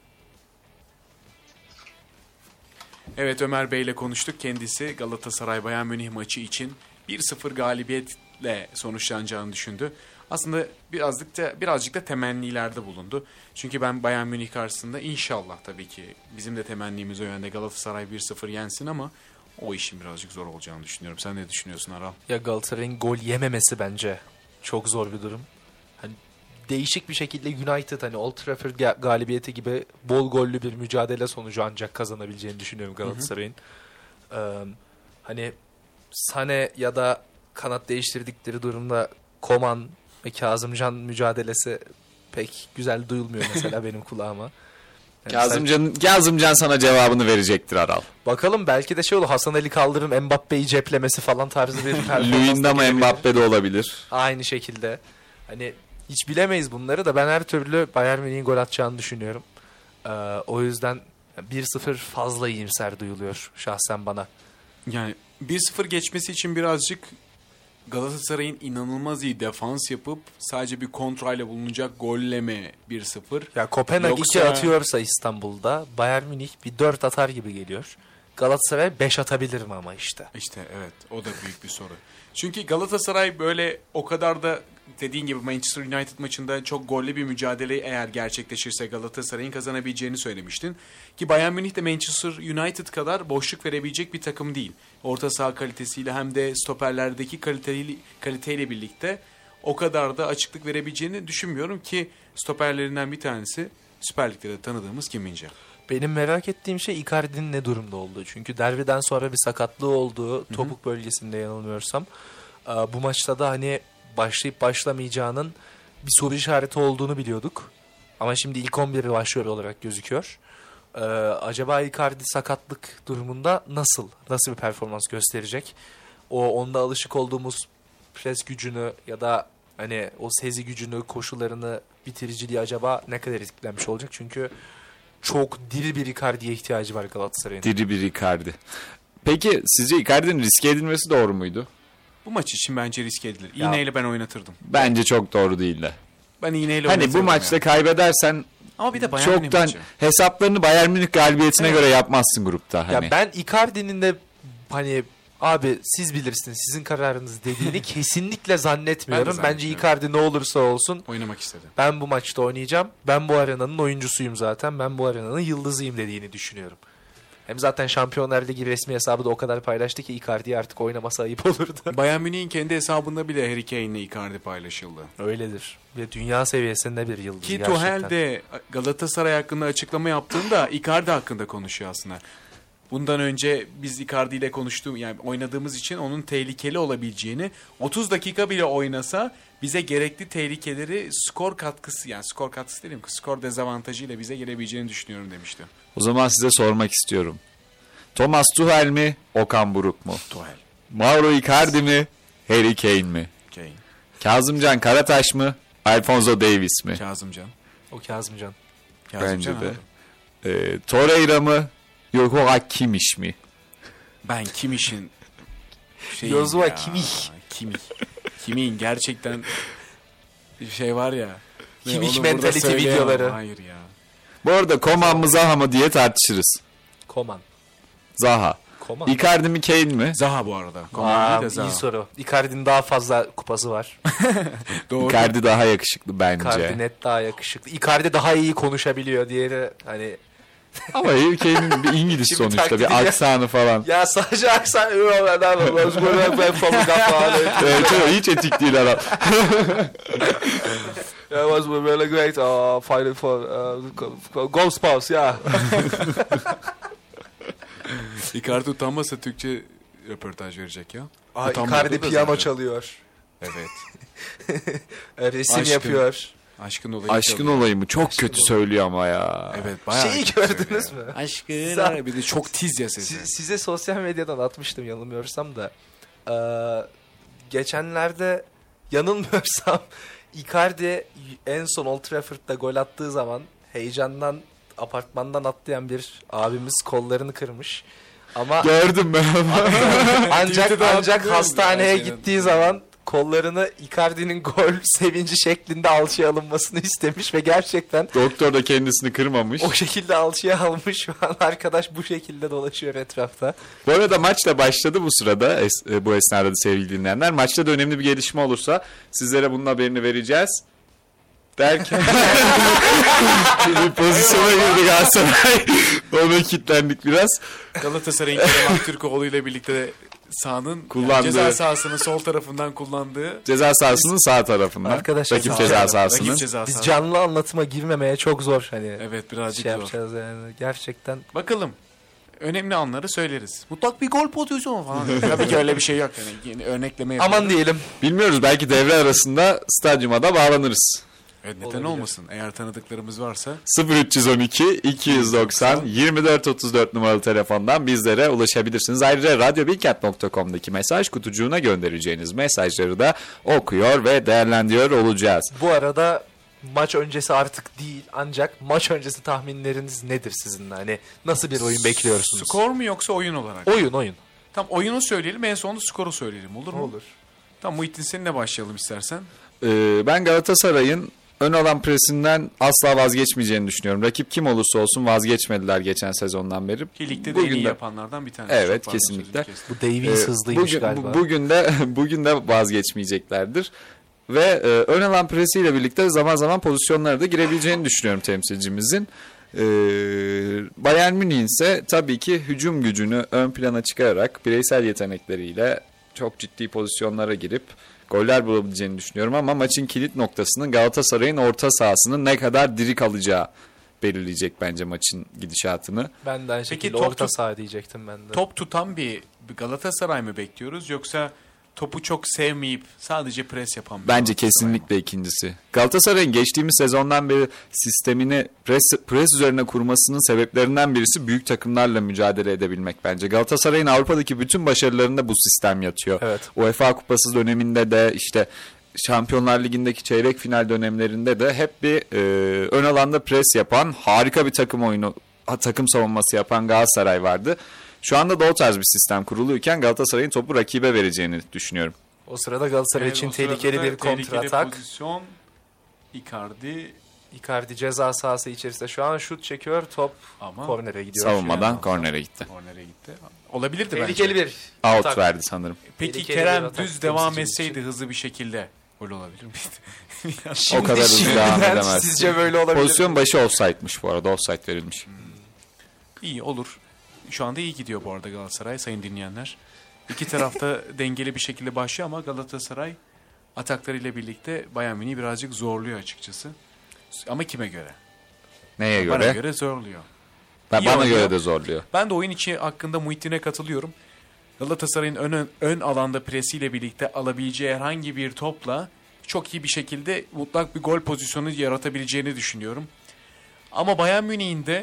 Evet, Ömer Bey ile konuştuk. Kendisi Galatasaray Bayern Münih maçı için bir sıfır galibiyetle sonuçlanacağını düşündü. Aslında birazcık da, birazcık da temennilerde bulundu. Çünkü ben Bayern Münih karşısında inşallah, tabii ki bizim de temennimiz o yönde, Galatasaray bir sıfır yensin, ama o işin birazcık zor olacağını düşünüyorum. Sen ne düşünüyorsun Aral? Ya Galatasaray'ın gol yememesi bence çok zor bir durum. Hani değişik bir şekilde United, hani Old Trafford ga- galibiyeti gibi bol gollü bir mücadele sonucu ancak kazanabileceğini düşünüyorum Galatasaray'ın. Ee, hani Sane ya da kanat değiştirdikleri durumda Koman ve Kazımcan mücadelesi pek güzel duyulmuyor mesela benim kulağıma. Yani sen- Kazımcan, Kazımcan sana cevabını verecektir Aral. Bakalım, belki de şey olur, Hasan Ali Kaldırım Mbappe'yi ceplemesi falan tarzı bir performans da Luyendama gelebilir. Mbappe de olabilir. Aynı şekilde. Hani hiç bilemeyiz bunları da, ben her türlü Bayern Münih'in gol atacağını düşünüyorum. Ee, o yüzden bir sıfır fazla iyimser duyuluyor şahsen bana. Yani bir sıfır geçmesi için birazcık Galatasaray'ın inanılmaz iyi defans yapıp sadece bir kontrayla bulunacak golle mi bir sıfır? Ya Kopenhag Yoksa- iki atıyorsa İstanbul'da, Bayern Münih bir dört atar gibi geliyor. Galatasaray beş atabilir mi ama işte. İşte evet, o da büyük bir soru. Çünkü Galatasaray böyle o kadar da, dediğin gibi Manchester United maçında çok gollü bir mücadele eğer gerçekleşirse Galatasaray'ın kazanabileceğini söylemiştin. Ki Bayern Münih de Manchester United kadar boşluk verebilecek bir takım değil. Orta saha kalitesiyle hem de stoperlerdeki kaliteli, kaliteyle birlikte o kadar da açıklık verebileceğini düşünmüyorum ki stoperlerinden bir tanesi Süper Lig'de de tanıdığımız Kim Min-jae. Benim merak ettiğim şey Icardi'nin ne durumda olduğu. Çünkü derbiden sonra bir sakatlığı olduğu, topuk bölgesinde yanılmıyorsam. Ee, Bu maçta da hani başlayıp başlamayacağının bir soru işareti olduğunu biliyorduk. Ama şimdi ilk on biri başlıyor olarak gözüküyor. Ee, acaba Icardi sakatlık durumunda nasıl, nasıl bir performans gösterecek? O onda alışık olduğumuz pres gücünü ya da hani o sezi gücünü, koşularını, bitiriciliği acaba ne kadar etkilenmiş olacak? Çünkü çok diri bir Icardi'ye ihtiyacı var Galatasaray'ın. Diri bir Icardi. Peki sizce Icardi'nin riske edilmesi doğru muydu? Bu maç için bence riske edilir. Ya- İğneyle ben oynatırdım. Bence çok doğru değil de. Ben iğneyle Hani bu oynatırdım maçta yani. kaybedersen Ama bir de Bayern Münih çoktan maçı. hesaplarını Bayern Münih galibiyetine Evet. göre yapmazsın grupta. Hani. Ya ben Icardi'nin de hani abi siz bilirsiniz, sizin kararınız dediğini kesinlikle zannetmiyorum. Ben de Bence zannetmiyorum. Icardi ne olursa olsun Oynamak istedi. ben bu maçta oynayacağım. Ben bu arenanın oyuncusuyum zaten. Ben bu arenanın yıldızıyım dediğini düşünüyorum. Hem zaten Şampiyonlar Ligi resmi hesabı da o kadar paylaştı ki Icardi'ye artık oynamasa ayıp olurdu. Bayern Münih'in kendi hesabında bile Harry Kane'le Icardi paylaşıldı. Öyledir. Ve dünya seviyesinde bir yıldız Ki gerçekten. Tuchel de Galatasaray hakkında açıklama yaptığında Icardi hakkında konuşuyor aslında. Bundan önce biz Icardi ile konuştuğum, yani oynadığımız için onun tehlikeli olabileceğini, otuz dakika bile oynasa bize gerekli tehlikeleri skor katkısı, yani skor katkısı değil mi, skor dezavantajıyla bize gelebileceğini düşünüyorum demişti. O zaman size sormak istiyorum. Thomas Tuchel mi? Okan Buruk mu? Tuchel. Mauro Icardi mi? Harry Kane mi? Kane. Kazımcan Karataş mı? Alfonso Davies mi? Kazımcan. O Kazımcan. Kazımcan Bence de. abi. Ee, Torreira mı? Yoksa Kimmich mi? Ben Kimmich'in şeyim Joshua ya. Kimmich. Kimmich. Kimmich'in gerçekten bir şey var ya. Ve Kimmich onu burada mentality söyleyemem. videoları. Hayır ya. Bu arada Koman mı Zaha mı diye tartışırız. Koman. Zaha. Koman. Icardi mi Kane mi? Zaha bu arada. Koman Aa, değil de Zaha. iyi soru. Icardi'nin daha fazla kupası var. Doğru. Icardi daha yakışıklı bence. Icardi net daha yakışıklı. Icardi daha iyi konuşabiliyor. Diğeri hani... Ama Harry Kane'in bir İngiliz Şimdi sonuçta. taklidi Bir ya. aksanı falan. Ya sadece aksan... Evet, evet, hiç etik değil adam. It was really great uh, fighting for uh, goal spouse, yeah. Icardi utanmasa Türkçe röportaj verecek ya. Aa, Utanmadı Icardi da piyano zaten. çalıyor. Evet. Resim Aşkın. yapıyor. Aşkın olayı. Aşkın çalıyor. olayı mı? Çok kötü söylüyor ama ya. Evet bayağı. Şeyi kötü gördünüz söylüyor. mü? Aşkın. Sa- Bir de çok tiz ya sesi. Si- size sosyal medyadan atmıştım yanılmıyorsam da. Ee, geçenlerde yanılmıyorsam Icardi en son Old Trafford'da gol attığı zaman heyecandan apartmandan atlayan bir abimiz kollarını kırmış. Ama Gördüm ben ama. ancak Twitter'da ancak hatırlıyorum hastaneye ya senin. gittiği zaman kollarını Icardi'nin gol sevinci şeklinde alçıya alınmasını istemiş ve gerçekten Doktor da kendisini kırmamış. o şekilde alçıya almış. Şu an arkadaş bu şekilde dolaşıyor etrafta. Bu arada maç da başladı bu sırada. Es- e, bu esnada da sevgili dinleyenler. Maçta da önemli bir gelişme olursa sizlere bunun haberini vereceğiz. Derken bir pozisyona girdi Galatasaray. Ona kilitlendik biraz. Galatasaray'ın Kerem Aktürkoğlu ile birlikte sahanın Kullandığı- yani ceza sahasının sol tarafından kullandığı Ceza sahasının sağ tarafından. Arkadaşlar, Rakip sağ ceza taraf, sahasının. rakip ceza Biz sahası. canlı anlatıma girmemeye çok zor hani. Evet birazcık şey zor. yapacağız yani. Gerçekten Bakalım. Önemli anları söyleriz. Mutlak bir gol pozisyonu falan. Tabii ki öyle bir şey yok. Yani yeni örnekleme yapalım. aman diyelim. Bilmiyoruz, belki devre arasında stadyuma da bağlanırız. Evet, neden Olabilir. olmasın? Eğer tanıdıklarımız varsa. sıfır üç yüz on iki iki yüz doksan yirmi dört otuz dört numaralı telefondan bizlere ulaşabilirsiniz. Ayrıca radyo bilkent nokta com'daki mesaj kutucuğuna göndereceğiniz mesajları da okuyor ve değerlendiriyor olacağız. Bu arada maç öncesi artık değil ancak maç öncesi tahminleriniz nedir sizinle? Hani nasıl bir oyun bekliyorsunuz? Skor mu yoksa oyun olarak? Oyun oyun. Tam oyunu söyleyelim, en sonunda skoru söyleyelim, olur mu? Olur. Tamam, Muhittin seninle başlayalım istersen. Ee, ben Galatasaray'ın ön alan presinden asla vazgeçmeyeceğini düşünüyorum. Rakip kim olursa olsun vazgeçmediler geçen sezondan beri. Ki ligde de Bugün en iyi de- yapanlardan bir tanesi. Evet, Çok pardon, kesinlikle. sözünü kestim. Bu Davies Ee, hızlıymış bugün, galiba. bu- Bugün de bugün de vazgeçmeyeceklerdir. Ve e, ön alan presiyle birlikte zaman zaman pozisyonlara da girebileceğini düşünüyorum temsilcimizin. E, Bayern Münih ise tabii ki hücum gücünü ön plana çıkararak bireysel yetenekleriyle çok ciddi pozisyonlara girip goller bulabileceğini düşünüyorum. Ama maçın kilit noktasının Galatasaray'ın orta sahasının ne kadar diri kalacağı belirleyecek bence maçın gidişatını. Ben de aynı Peki şekilde top orta tut- saha diyecektim ben de. Top tutan bir, bir Galatasaray mı bekliyoruz, yoksa topu çok sevmeyip sadece pres yapan bir Bence Galatasaray mı? kesinlikle ikincisi. Galatasaray'ın geçtiğimiz sezondan beri sistemini pres, pres üzerine kurmasının sebeplerinden birisi büyük takımlarla mücadele edebilmek bence. Galatasaray'ın Avrupa'daki bütün başarılarında bu sistem yatıyor. Evet. UEFA Kupası döneminde de işte Şampiyonlar Ligi'ndeki çeyrek final dönemlerinde de hep bir e, ön alanda pres yapan, harika bir takım oyunu, ha, takım savunması yapan Galatasaray vardı. Şu anda da o tarz bir sistem kuruluyken Galatasaray'ın topu rakibe vereceğini düşünüyorum. O sırada Galatasaray Evet, için o sırada tehlikeli da bir tehlikeli kontratak. pozisyon. Icardi Icardi ceza sahası içerisinde şu an şut çekiyor. Top ama kornere gidiyor. Savunmadan Yani- kornere gitti. kornere gitti. Olabilirdi Tehlikeli bence. bir Out atak. verdi sanırım. Peki tehlikeli Kerem bir atak düz devam temsilcimiz etseydi için. hızlı bir şekilde gol olabilir miydi? Şimdi, O kadar hızlı şimdiden devam edemez. Sizce böyle olabilir Pozisyon mi? başı offside'mış bu arada. Offside verilmiş. İyi olur. Şu anda iyi gidiyor bu arada Galatasaray, sayın dinleyenler. İki tarafta dengeli bir şekilde başlıyor ama Galatasaray ataklarıyla birlikte Bayern Münih'i birazcık zorluyor açıkçası. Ama kime göre? Neye Bana göre? göre zorluyor. Ben, İyi bana oynuyor. göre de zorluyor. Ben de oyun içi hakkında Muhittin'e katılıyorum. Galatasaray'ın ön, ön alanda presiyle birlikte alabileceği herhangi bir topla çok iyi bir şekilde mutlak bir gol pozisyonu yaratabileceğini düşünüyorum. Ama Bayern Münih'in de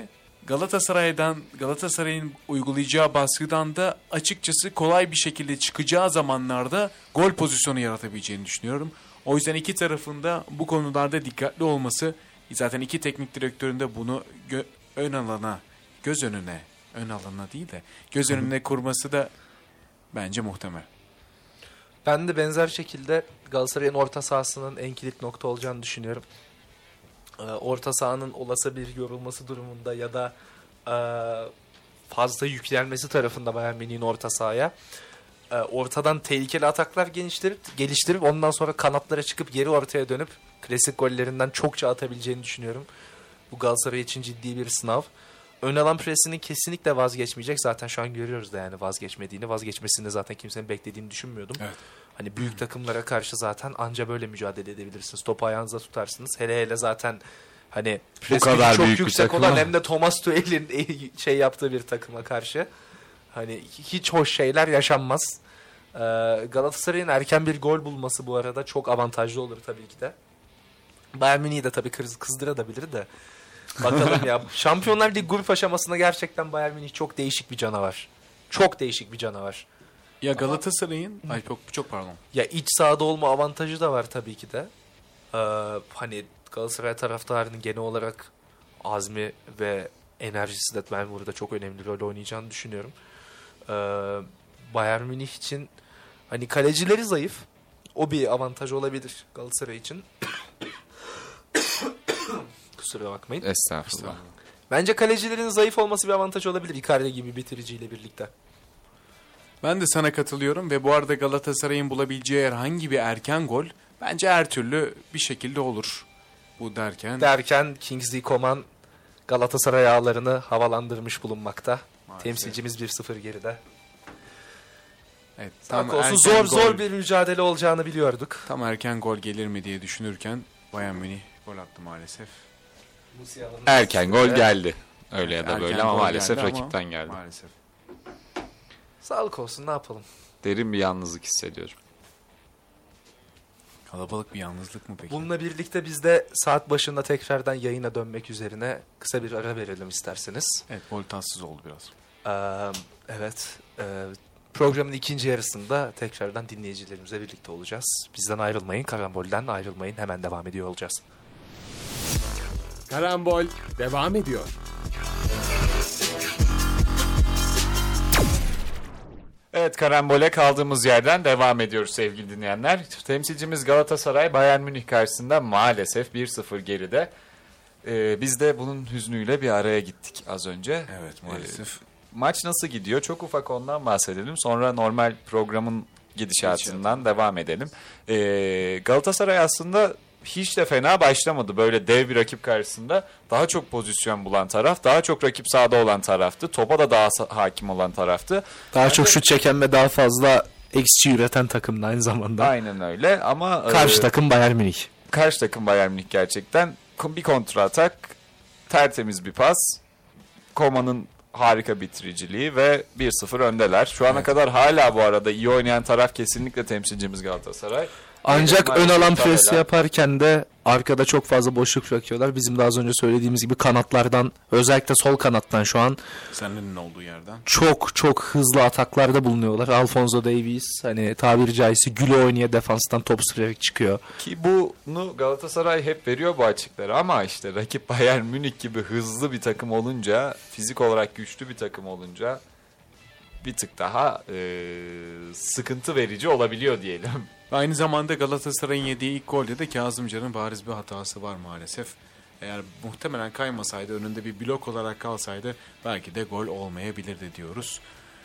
Galatasaray'dan Galatasaray'ın uygulayacağı baskıdan da açıkçası kolay bir şekilde çıkacağı zamanlarda gol pozisyonu yaratabileceğini düşünüyorum. O yüzden iki tarafında bu konularda dikkatli olması, zaten iki teknik direktörün de bunu gö- ön alana, göz önüne, ön alana değil de göz önüne kurması da bence muhtemel. Ben de benzer şekilde Galatasaray'ın orta sahasının en kilit nokta olacağını düşünüyorum. Ee, orta sahanın olası bir yorulması durumunda ya da e, fazla yüklenmesi tarafında Bayern Münih'in orta sahaya e, ortadan tehlikeli ataklar geliştirip, geliştirip ondan sonra kanatlara çıkıp geri ortaya dönüp klasik gollerinden çokça atabileceğini düşünüyorum. Bu Galatasaray için ciddi bir sınav. Ön alan presinin kesinlikle vazgeçmeyecek. Zaten şu an görüyoruz da yani vazgeçmediğini. Vazgeçmesini de zaten kimsenin beklediğini düşünmüyordum. Evet. Hani büyük takımlara karşı zaten anca böyle mücadele edebilirsiniz. Topu ayağınıza tutarsınız. Hele hele zaten hani pres kadar gücü çok büyük bir yüksek takıma. olan hem de Thomas Tuchel'in şey yaptığı bir takıma karşı. Hani hiç hoş şeyler yaşanmaz. Ee, Galatasaray'ın erken bir gol bulması bu arada çok avantajlı olur tabii ki de. Bayern Münih'i de tabii kız, kızdırabilir de. Bakalım ya. Şampiyonlar Ligi grup aşamasında gerçekten Bayern Münih çok değişik bir canavar. Çok değişik bir canavar. Ya Galatasaray'ın, ay çok, çok pardon. Ya iç sahada olma avantajı da var tabii ki de. Ee, hani Galatasaray taraftarının genel olarak azmi ve enerjisi de ben burada çok önemli rol oynayacağını düşünüyorum. Ee, Bayern Münih için hani kalecileri zayıf. O bir avantaj olabilir Galatasaray için. Kusura bakmayın. Estağfurullah. Bence kalecilerin zayıf olması bir avantaj olabilir Icardi gibi bitiriciyle birlikte. Ben de sana katılıyorum ve bu arada Galatasaray'ın bulabileceği herhangi bir erken gol bence her türlü bir şekilde olur. Bu derken Derken Kingsley Coman Galatasaray ağlarını havalandırmış bulunmakta. Maalesef. Temsilcimiz bir sıfır geride. evet, Tam tam olsun erken zor gol, zor bir mücadele olacağını biliyorduk. tam erken gol gelir mi diye düşünürken Bayern Münih gol attı maalesef. Erken gol geldi. Öyle ya da Erken böyle ama gol maalesef geldi ama rakipten geldi. Maalesef. Sağlık olsun, ne yapalım. Derin bir yalnızlık hissediyorum. Kalabalık bir yalnızlık mı peki? Bununla birlikte biz de saat başında tekrardan yayına dönmek üzerine kısa bir ara verelim isterseniz. Evet, gol tatsız oldu biraz. Ee, evet. E, programın ikinci yarısında tekrardan dinleyicilerimizle birlikte olacağız. Bizden ayrılmayın, Karambol'den ayrılmayın. Hemen devam ediyor olacağız. Karambol devam ediyor. Evet, karambole kaldığımız yerden devam ediyoruz sevgili dinleyenler. Temsilcimiz Galatasaray Bayern Münih karşısında maalesef bir sıfır geride. Ee, biz de bunun hüznüyle bir araya gittik az önce. Evet, maalesef. Ee, maç nasıl gidiyor? Çok ufak ondan bahsedelim. Sonra normal programın gidişatından devam edelim. Ee, Galatasaray aslında hiç de fena başlamadı. Böyle dev bir rakip karşısında daha çok pozisyon bulan taraf, daha çok rakip sahada olan taraftı. Topa da daha hakim olan taraftı. Daha Bence- çok şut çeken ve daha fazla X G üreten takım da aynı zamanda. Aynen öyle ama Karşı e, takım Bayern Münih. karşı takım Bayern Münih gerçekten bir kontra atak, tertemiz bir pas, Koma'nın harika bitiriciliği ve bir sıfır öndeler. Şu ana kadar hala bu arada iyi oynayan taraf kesinlikle temsilcimiz Galatasaray. Ancak Evet, ön alan maalesef presi tabela. yaparken de arkada çok fazla boşluk bırakıyorlar. Bizim de az önce söylediğimiz gibi kanatlardan, özellikle sol kanattan şu an Senin olduğu yerden. çok çok hızlı ataklarda bulunuyorlar. Alphonso Davies hani tabiri caizse güle oynaya defanstan top sürerek çıkıyor. Ki bunu Galatasaray hep veriyor bu açıkları ama işte rakip Bayern Münih gibi hızlı bir takım olunca, fizik olarak güçlü bir takım olunca bir tık daha e, sıkıntı verici olabiliyor diyelim. Aynı zamanda Galatasaray'ın yediği ilk golde de Kazımcan'ın bariz bir hatası var maalesef. Eğer muhtemelen kaymasaydı, önünde bir blok olarak kalsaydı belki de gol olmayabilirdi diyoruz.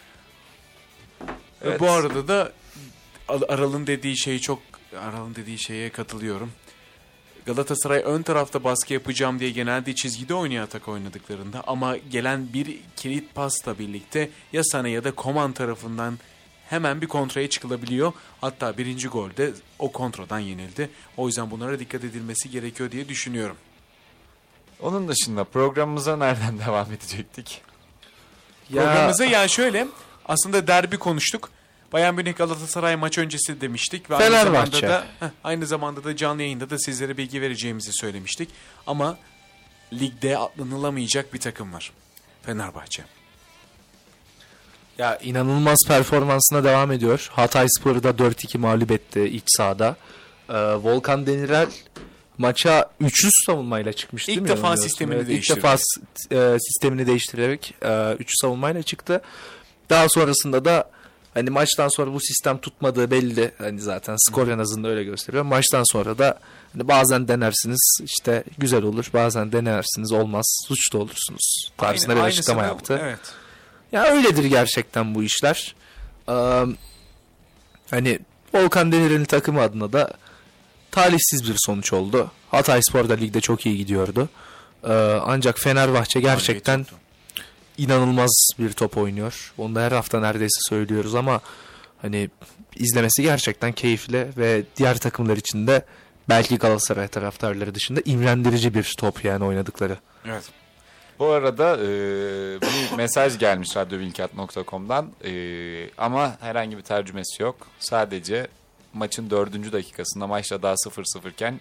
Evet. Bu arada da Aral'ın dediği şeyi çok Aral'ın dediği şeye katılıyorum. Galatasaray ön tarafta baskı yapacağım diye genelde çizgide oynayan atak oynadıklarında ama gelen bir kilit pasla birlikte ya Sané ya da Koman tarafından hemen bir kontraya çıkılabiliyor. Hatta birinci golde o kontradan yenildi. O yüzden bunlara dikkat edilmesi gerekiyor diye düşünüyorum. Onun dışında programımıza nereden devam edecektik? Programımızda yani şöyle, aslında derbi konuştuk. Bayern Münih Galatasaray maç öncesi demiştik ve aynı Fenerbahçe. zamanda da heh, aynı zamanda da canlı yayında da sizlere bilgi vereceğimizi söylemiştik. Ama ligde atlanılamayacak bir takım var. Fenerbahçe. Ya inanılmaz performansına devam ediyor. Hatayspor'u da dört iki mağlup etti iç sahada. Ee, Volkan Demirel maça üçlü savunmayla çıkmıştı. İlk değil mi? defa Yanılmıyorsam. sistemini Evet, İlk değiştirdi. defa s- e, sistemini değiştirerek e, üçlü savunmayla çıktı. Daha sonrasında da hani maçtan sonra bu sistem tutmadığı belli. Hani zaten skor en azından öyle gösteriyor. Maçtan sonra da hani bazen denersiniz işte güzel olur. Bazen denersiniz olmaz. Suçlu olursunuz. Tarzında bir açıklama aynısı da- yaptı. Evet. Ya öyledir gerçekten bu işler. Ee, hani Volkan Demirel'in takımı adına da talihsiz bir sonuç oldu. Hatayspor da ligde çok iyi gidiyordu. Ee, ancak Fenerbahçe gerçekten Mağlubiyet yoktu. inanılmaz bir top oynuyor. Onu da her hafta neredeyse söylüyoruz ama hani izlemesi gerçekten keyifli ve diğer takımlar için de belki Galatasaray taraftarları dışında imrendirici bir top yani oynadıkları. Evet. Bu arada e, bir mesaj gelmiş radyo bilkat nokta com'dan e, ama herhangi bir tercümesi yok. Sadece maçın dördüncü dakikasında maçta daha sıfır sıfır iken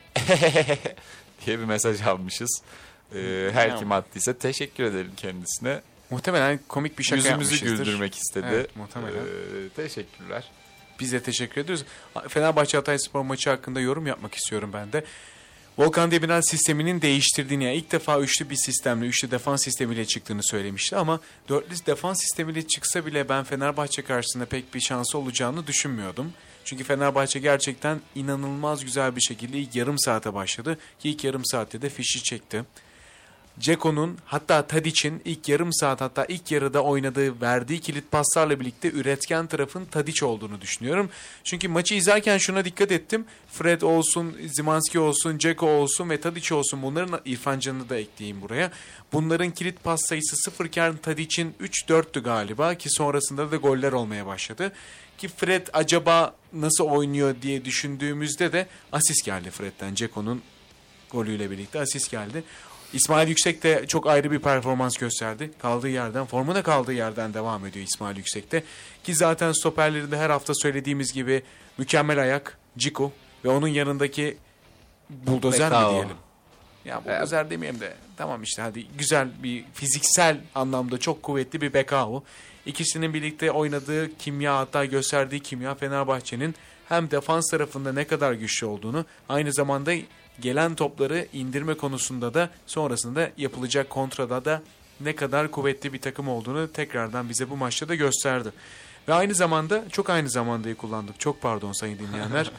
diye bir mesaj almışız. E, her kim attıysa teşekkür edelim kendisine. Muhtemelen komik bir şaka Yüzümüzü yapmışızdır. güldürmek istedi. Evet, muhtemelen. E, teşekkürler. Biz de teşekkür ediyoruz. Fenerbahçe Hatayspor maçı hakkında yorum yapmak istiyorum ben de. Volkan Demirel sisteminin değiştirdiğini, yani ilk defa üçlü bir sistemle, üçlü defans sistemiyle çıktığını söylemişti ama dörtlü defans sistemiyle çıksa bile ben Fenerbahçe karşısında pek bir şansı olacağını düşünmüyordum. Çünkü Fenerbahçe gerçekten inanılmaz güzel bir şekilde ilk yarım saate başladı ki ilk yarım saatte de fişi çekti. Ceko'nun hatta Tadic'in ilk yarım saat hatta ilk yarıda oynadığı verdiği kilit paslarla birlikte üretken tarafın Tadic olduğunu düşünüyorum. Çünkü maçı izlerken şuna dikkat ettim. Fred olsun, Zimanski olsun, Ceko olsun ve Tadic olsun, bunların İrfan Can'ı da ekleyeyim buraya. Bunların kilit pas sayısı sıfırken Tadic'in üç dörttü galiba ki sonrasında da goller olmaya başladı. Ki Fred acaba nasıl oynuyor diye düşündüğümüzde de asist geldi Fred'den. Ceko'nun golüyle birlikte asist geldi. İsmail Yüksek de çok ayrı bir performans gösterdi. Kaldığı yerden, formuna kaldığı yerden devam ediyor İsmail Yüksek de. Ki zaten stoperlerinde her hafta söylediğimiz gibi mükemmel ayak Ciku ve onun yanındaki buldozer Bekao. mi diyelim? Ya buldozer demeyelim de tamam işte hadi güzel bir fiziksel anlamda çok kuvvetli bir Bekao. İkisinin birlikte oynadığı kimya, hatta gösterdiği kimya Fenerbahçe'nin hem defans tarafında ne kadar güçlü olduğunu, aynı zamanda gelen topları indirme konusunda da sonrasında yapılacak kontrada da ne kadar kuvvetli bir takım olduğunu tekrardan bize bu maçta da gösterdi. Ve aynı zamanda, çok aynı zamandayı kullandık. Çok pardon sayın dinleyenler.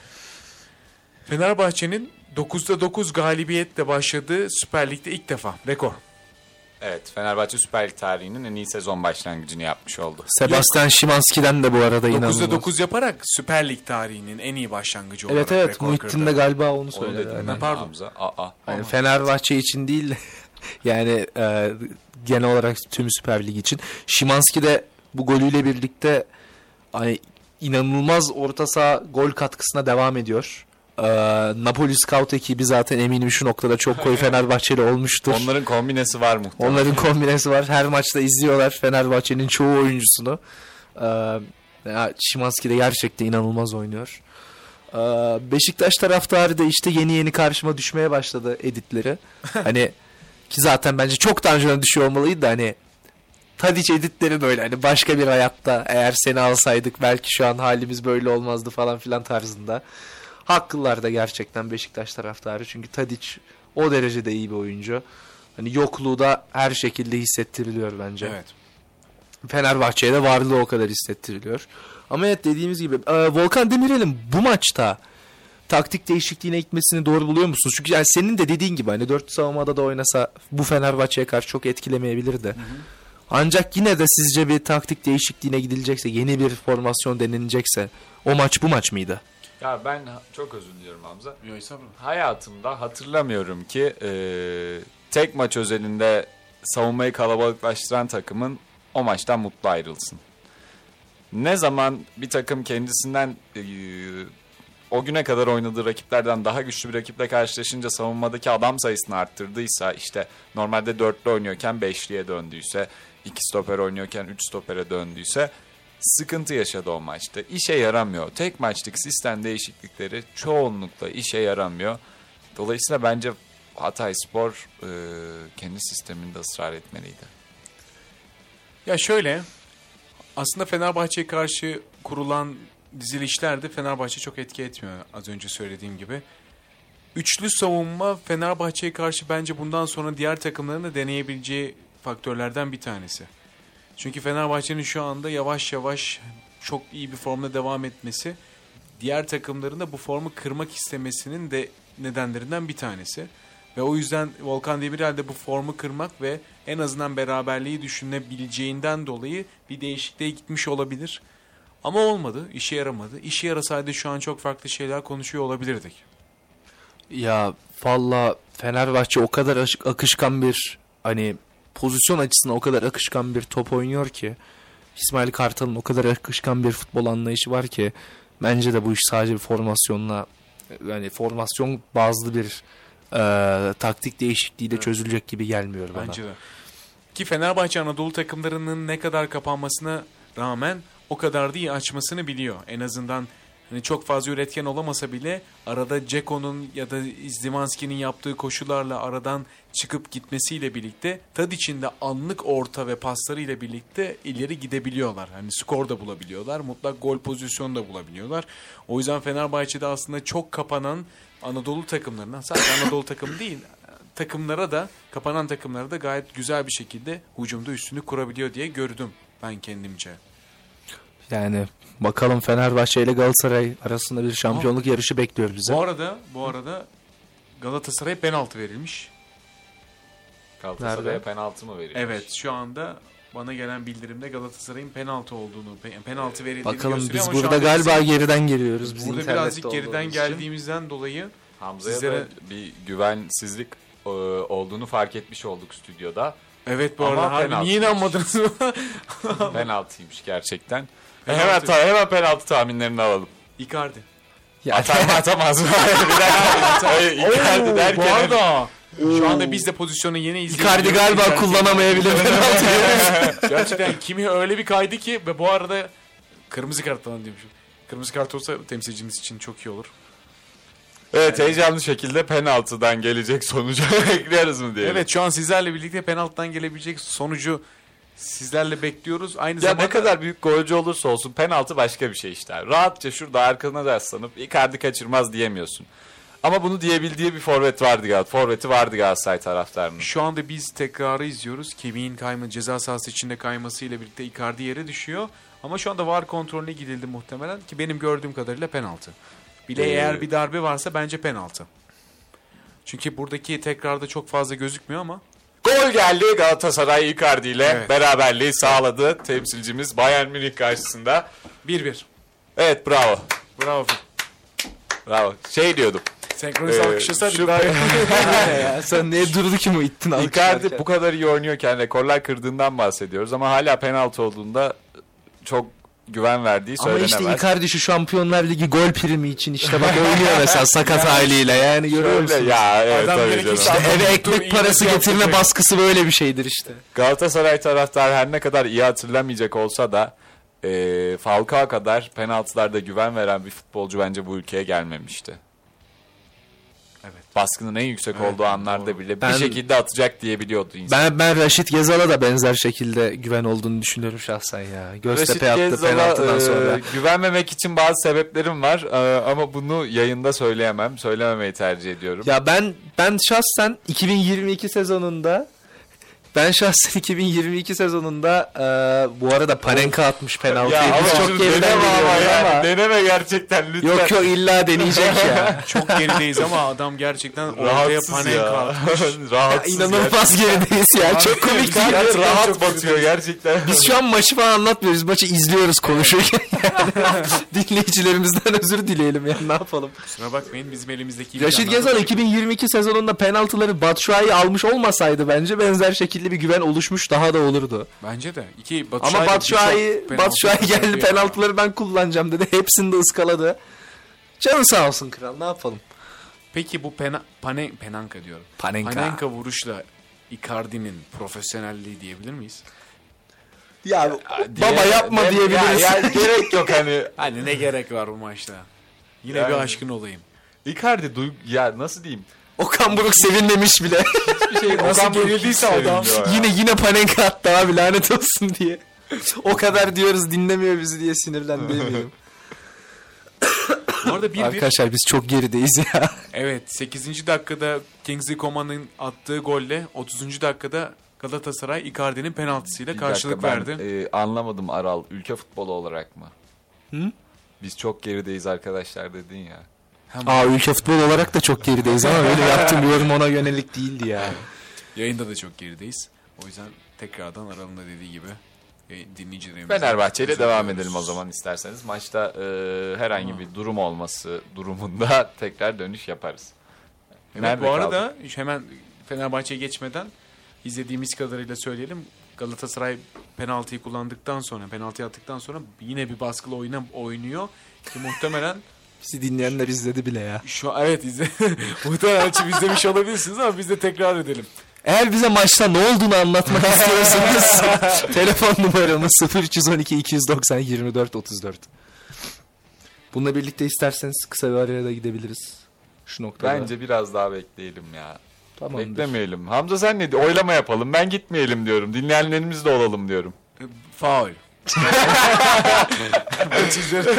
Fenerbahçe'nin dokuzda dokuz galibiyetle başladığı Süper Lig'de ilk defa rekor. Evet, Fenerbahçe Süper Lig tarihinin en iyi sezon başlangıcını yapmış oldu. Sebastian Szymanski'den de bu arada inanılmaz. dokuzda dokuz yaparak Süper Lig tarihinin en iyi başlangıcı olarak Evet evet rekor Muhittin kırdı. de galiba onu Onu söyledi. dedim Yani. ben Pardon. Hamza. Aa. Yani Fenerbahçe için değil yani e, genel olarak tüm Süper Lig için. Szymanski de bu golüyle birlikte hani inanılmaz orta saha gol katkısına devam ediyor. E, Napoli Scout ekibi zaten eminim şu noktada çok koyu Fenerbahçeli olmuştur. Onların kombinesi var muhtemelen. Onların kombinesi var. Her maçta izliyorlar Fenerbahçe'nin çoğu oyuncusunu. Ee, ya Szymanski de gerçekten inanılmaz oynuyor. Ee, Beşiktaş taraftarı da işte yeni yeni karşıma düşmeye başladı editleri. Hani ki zaten bence çok daha önceden düşüyor olmalıydı da hani Tadic editleri böyle hani başka bir hayatta eğer seni alsaydık belki şu an halimiz böyle olmazdı falan filan tarzında. Haklılar da gerçekten Beşiktaş taraftarı çünkü Tadic o derecede iyi bir oyuncu. Hani yokluğu da her şekilde hissettiriliyor bence. Evet. Fenerbahçe'ye de varlığı o kadar hissettiriliyor. Ama evet dediğimiz gibi e, Volkan Demirel'in bu maçta taktik değişikliğine gitmesini doğru buluyor musunuz? Çünkü yani senin de dediğin gibi hani dört savunmada da oynasa bu Fenerbahçe'ye karşı çok etkilemeyebilirdi. Hı hı. Ancak yine de sizce bir taktik değişikliğine gidilecekse, yeni bir formasyon denilecekse o maç bu maç mıydı? Ya ben çok özür diliyorum Hamza. Hayatımda hatırlamıyorum ki e, tek maç özelinde savunmayı kalabalıklaştıran takımın o maçtan mutlu ayrılsın. Ne zaman bir takım kendisinden e, o güne kadar oynadığı rakiplerden daha güçlü bir rakiple karşılaşınca savunmadaki adam sayısını arttırdıysa, işte normalde dörtlü oynuyorken beşliye döndüyse, iki stoper oynuyorken üç stopere döndüyse sıkıntı yaşadı o maçta. İşe yaramıyor. Tek maçlık sistem değişiklikleri çoğunlukla işe yaramıyor. Dolayısıyla bence Hatayspor e, kendi sisteminde ısrar etmeliydi. Ya şöyle, aslında Fenerbahçe'ye karşı kurulan dizilişler de Fenerbahçe çok etki etmiyor az önce söylediğim gibi. Üçlü savunma Fenerbahçe'ye karşı bence bundan sonra diğer takımların da deneyebileceği faktörlerden bir tanesi. Çünkü Fenerbahçe'nin şu anda yavaş yavaş çok iyi bir formda devam etmesi, diğer takımların da bu formu kırmak istemesinin de nedenlerinden bir tanesi. Ve o yüzden Volkan Demirel de bu formu kırmak ve en azından beraberliği düşünebileceğinden dolayı bir değişikliğe gitmiş olabilir. Ama olmadı, işe yaramadı. İşe yarasaydı şu an çok farklı şeyler konuşuyor olabilirdik. Ya valla Fenerbahçe o kadar aş- akışkan bir hani pozisyon açısından o kadar akışkan bir top oynuyor ki, İsmail Kartal'ın o kadar akışkan bir futbol anlayışı var ki bence de bu iş sadece bir formasyonla, yani formasyon bazlı bir e, taktik değişikliğiyle evet. çözülecek gibi gelmiyor bana. Bence de. Ki Fenerbahçe Anadolu takımlarının ne kadar kapanmasına rağmen o kadar da iyi açmasını biliyor. En azından hani çok fazla üretken olamasa bile arada Ceko'nun ya da Zimanski'nin yaptığı koşularla aradan çıkıp gitmesiyle birlikte Tadic'in de anlık orta ve paslarıyla birlikte ileri gidebiliyorlar. Hani skor da bulabiliyorlar, mutlak gol pozisyonu da bulabiliyorlar. O yüzden Fenerbahçe'de aslında çok kapanan Anadolu takımlarına, sadece Anadolu takımı değil, takımlara da, kapanan takımlara da gayet güzel bir şekilde hücumda üstünlük kurabiliyor diye gördüm ben kendimce. Yani bakalım, Fenerbahçe ile Galatasaray arasında bir şampiyonluk Aa, yarışı bekliyor bize. Bu arada bu arada Galatasaray'a penaltı verilmiş. Galatasaray'a penaltı mı verilmiş? Evet, şu anda bana gelen bildirimde Galatasaray'ın penaltı olduğunu, penaltı verildiğini bakalım, gösteriyor. biz burada galiba bizim, geriden geliyoruz. Biz burada birazcık geriden geldiğimizden dolayı Hamza'ya sizlere da bir güvensizlik e, olduğunu fark etmiş olduk stüdyoda. Evet, bu arada abi niye inanmadınız mı? Penaltıymış gerçekten. Penaltı. Hemen hemen penaltı tahminlerini alalım. Icardi. Ya, atar mı atamaz mı? Bir dakika. Icardi derken. Bu arada şu anda biz de pozisyonu yeni izliyoruz. Icardi galiba Icardi kullanamayabilir penaltıyı. Gerçekten kimi öyle bir kaydı ki ve bu arada kırmızı kart falan diyormuşum. Kırmızı kart olsa temsilcimiz için çok iyi olur. Evet, yani heyecanlı şekilde penaltıdan gelecek sonucu bekliyoruz mu diyelim. Evet, şu an sizlerle birlikte penaltıdan gelebilecek sonucu sizlerle bekliyoruz. Aynı ya zamanda ne kadar büyük golcü olursa olsun penaltı başka bir şey işte. Rahatça şurada arkana da yaslanıp Icardi kaçırmaz diyemiyorsun. Ama bunu diyebildiği bir forvet vardı Galatasaray. Forveti vardı Galatasaray taraftarının. Şu anda biz tekrarı izliyoruz. Kevin kayma ceza sahası içinde kaymasıyla birlikte Icardi yere düşüyor. Ama şu anda V A R kontrolüne gidildi muhtemelen ki benim gördüğüm kadarıyla penaltı. Bile ee... eğer bir darbe varsa bence penaltı. Çünkü buradaki tekrarda çok fazla gözükmüyor ama. Gol geldi, Galatasaray Icardi ile evet. beraberliği sağladı temsilcimiz Bayern Münih karşısında. bir bir. Evet, bravo. Bravo. Bravo. Şey diyordum. Senkronize ee, alkışlasaydık şu... daha ya, sen niye durdu ki mi ittin Icardi bu kadar iyi oynuyorken rekorlar kırdığından bahsediyoruz ama hala penaltı olduğunda çok güven verdiği söylenemez. Ama işte Icardi şu Şampiyonlar Ligi gol primi için işte bak oynuyor mesela sakat haliyle, yani görüyor musunuz? Ya evet, adam tabii canım. İşte eve ekmek parası getirme baskısı böyle bir şeydir işte. Galatasaray taraftarı her ne kadar iyi hatırlamayacak olsa da e, Falcao kadar penaltılarda güven veren bir futbolcu bence bu ülkeye gelmemişti. Evet. Baskının en yüksek evet, olduğu anlarda doğru. bile ben, bir şekilde atacak diyebiliyordu insan. Ben ben Raşit Gezal'a da benzer şekilde güven olduğunu düşünüyorum şahsen ya. Göztepe attı penaltıdan sonra. E, güvenmemek için bazı sebeplerim var e, ama bunu yayında söyleyemem. Söylememeyi tercih ediyorum. Ya ben ben şahsen iki bin yirmi iki sezonunda Ben şahsen iki bin yirmi iki sezonunda e, bu arada Panenka atmış penaltıyı. Ya Biz çok geriden ama, ya. ama deneme gerçekten lütfen. Yok yok illa deneyecek ya. Çok gerideyiz ama adam gerçekten ortaya Panenka atmış. Rahatsız ya, inanılmaz ya. Gerideyiz ya. Çok komik değil. Rahat çok batıyor gerçekten. Biz şu an maçı falan anlatmıyoruz. Maçı izliyoruz konuşurken. Yani. Dinleyicilerimizden özür dileyelim yani, ne yapalım. Kusura bakmayın, bizim elimizdeki... Raşit Gezal iki bin yirmi iki sezonunda penaltıları Batshuayi almış olmasaydı bence benzer şekilde bir güven oluşmuş daha da olurdu. Bence de. İki, ama Batshuayi Batshuayi geldi penaltıları ben kullanacağım dedi. Hepsini de ıskaladı. Canın sağ olsun kral, ne yapalım. Peki bu pena, pane, Panenka diyorum. Panenka. Panenka vuruşla Icardi'nin profesyonelliği diyebilir miyiz? Ya, ya baba diye, yapma de, diyebiliriz. Ya, ya gerek yok hani. Hani ne gerek var bu maçta? Yine yani, bir aşkın olayım. Icardi duy ya nasıl diyeyim? Okan Buruk sevinmemiş bile. Şey, nasıl Okan Buruk gerildiyse hiç adam. sevindi o ya. yine yine Panenka attı abi, lanet olsun diye. O kadar diyoruz dinlemiyor bizi diye sinirlendi eminim. Bu arada bir bir. Arkadaşlar biz çok gerideyiz ya. Evet, sekizinci dakikada Kingsley Coman'ın attığı golle otuzuncu dakikada Galatasaray Icardi'nin penaltısıyla Bir karşılık dakika, ben, verdi. e, anlamadım Aral. Ülke futbolu olarak mı? Hı? Biz çok gerideyiz arkadaşlar dedin ya. Aa, ülke futbol olarak da çok gerideyiz ama benim yaptığım yorum ona yönelik değildi ya. Yayında da çok gerideyiz. O yüzden tekrardan Aral'ın da dediği gibi yayın- dinleyicilerimize Fenerbahçe ile özür devam diliyoruz. edelim o zaman isterseniz. Maçta e, herhangi bir durum olması durumunda tekrar dönüş yaparız. Evet, Nerede bu arada kaldık? hemen Fenerbahçe'ye geçmeden izlediğimiz kadarıyla söyleyelim. Galatasaray penaltıyı kullandıktan sonra, penaltı attıktan sonra yine bir baskılı oyuna oynuyor. Ki muhtemelen Bizi dinleyenler izledi bile ya. şu an evet izle muhtemelen açıp izlemiş olabilirsiniz ama biz de tekrar edelim. Eğer bize maçta ne olduğunu anlatmak istiyorsanız telefon numaramız sıfır üç on iki iki doksan yirmi dört otuz dört. Bununla birlikte isterseniz kısa bir araya da gidebiliriz. Şu noktada. Bence biraz daha bekleyelim ya. Tamamdır. Beklemeyelim. Hamza sen ne diyorsun? Oylama yapalım. Ben gitmeyelim diyorum. Dinleyenlerimiz de olalım diyorum. E, Faul. Maç izlerim.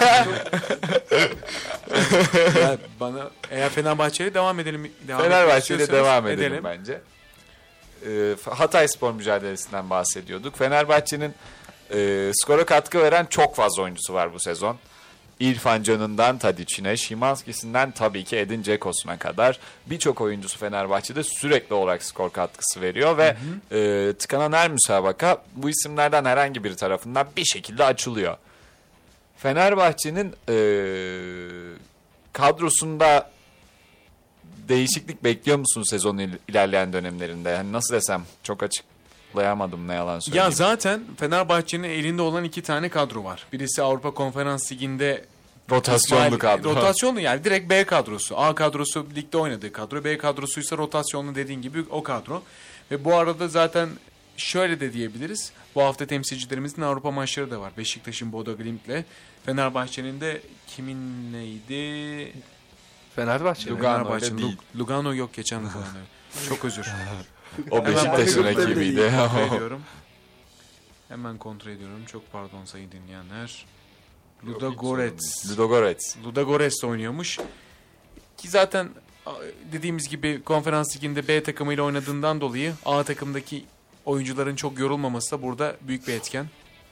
Ya bana eğer Fenerbahçe'yle devam edelim. Devam Fenerbahçe ile etmek devam istiyorsanız edelim, bence. Ee, Hatayspor mücadelesinden bahsediyorduk. Fenerbahçe'nin e, skora katkı veren çok fazla oyuncusu var bu sezon. İrfan Can'ından Tadic'ine, Szymański'sinden tabii ki Edin Dzeko'suna kadar birçok oyuncusu Fenerbahçe'de sürekli olarak skor katkısı veriyor ve e, tıkanan her müsabaka bu isimlerden herhangi biri tarafından bir şekilde açılıyor. Fenerbahçe'nin e, kadrosunda değişiklik bekliyor musun sezonun il- ilerleyen dönemlerinde? Yani nasıl desem, çok açıklayamadım, ne yalan söyleyeyim. Ya zaten Fenerbahçe'nin elinde olan iki tane kadro var. Birisi Avrupa Konferans Ligi'nde Rotasyonlu İsmail- kadro. Rotasyonlu yani direkt B kadrosu. A kadrosu ligde oynadığı kadro. B kadrosuysa rotasyonlu dediğin gibi o kadro. Ve bu arada zaten şöyle de diyebiliriz. Bu hafta temsilcilerimizin Avrupa maçları da var. Beşiktaş'ın Bodo Glimt'le. Fenerbahçe'nin de kiminleydi? Fenerbahçe. mi? Lugano Fenerbahçe'nin. değil. Lu- Lugano yok geçen Lugano. Çok özür. O Hemen Beşiktaş'ın kontrol rakibiydi. Kontrol ediyorum. Hemen kontrol ediyorum. Çok pardon sayın dinleyenler. Ludogorets. Ludogorets. Ludogorets oynuyormuş. Ki zaten a, dediğimiz gibi Konferans Ligi'nde B takımıyla oynadığından dolayı A takımdaki oyuncuların çok yorulmaması da burada büyük bir etken.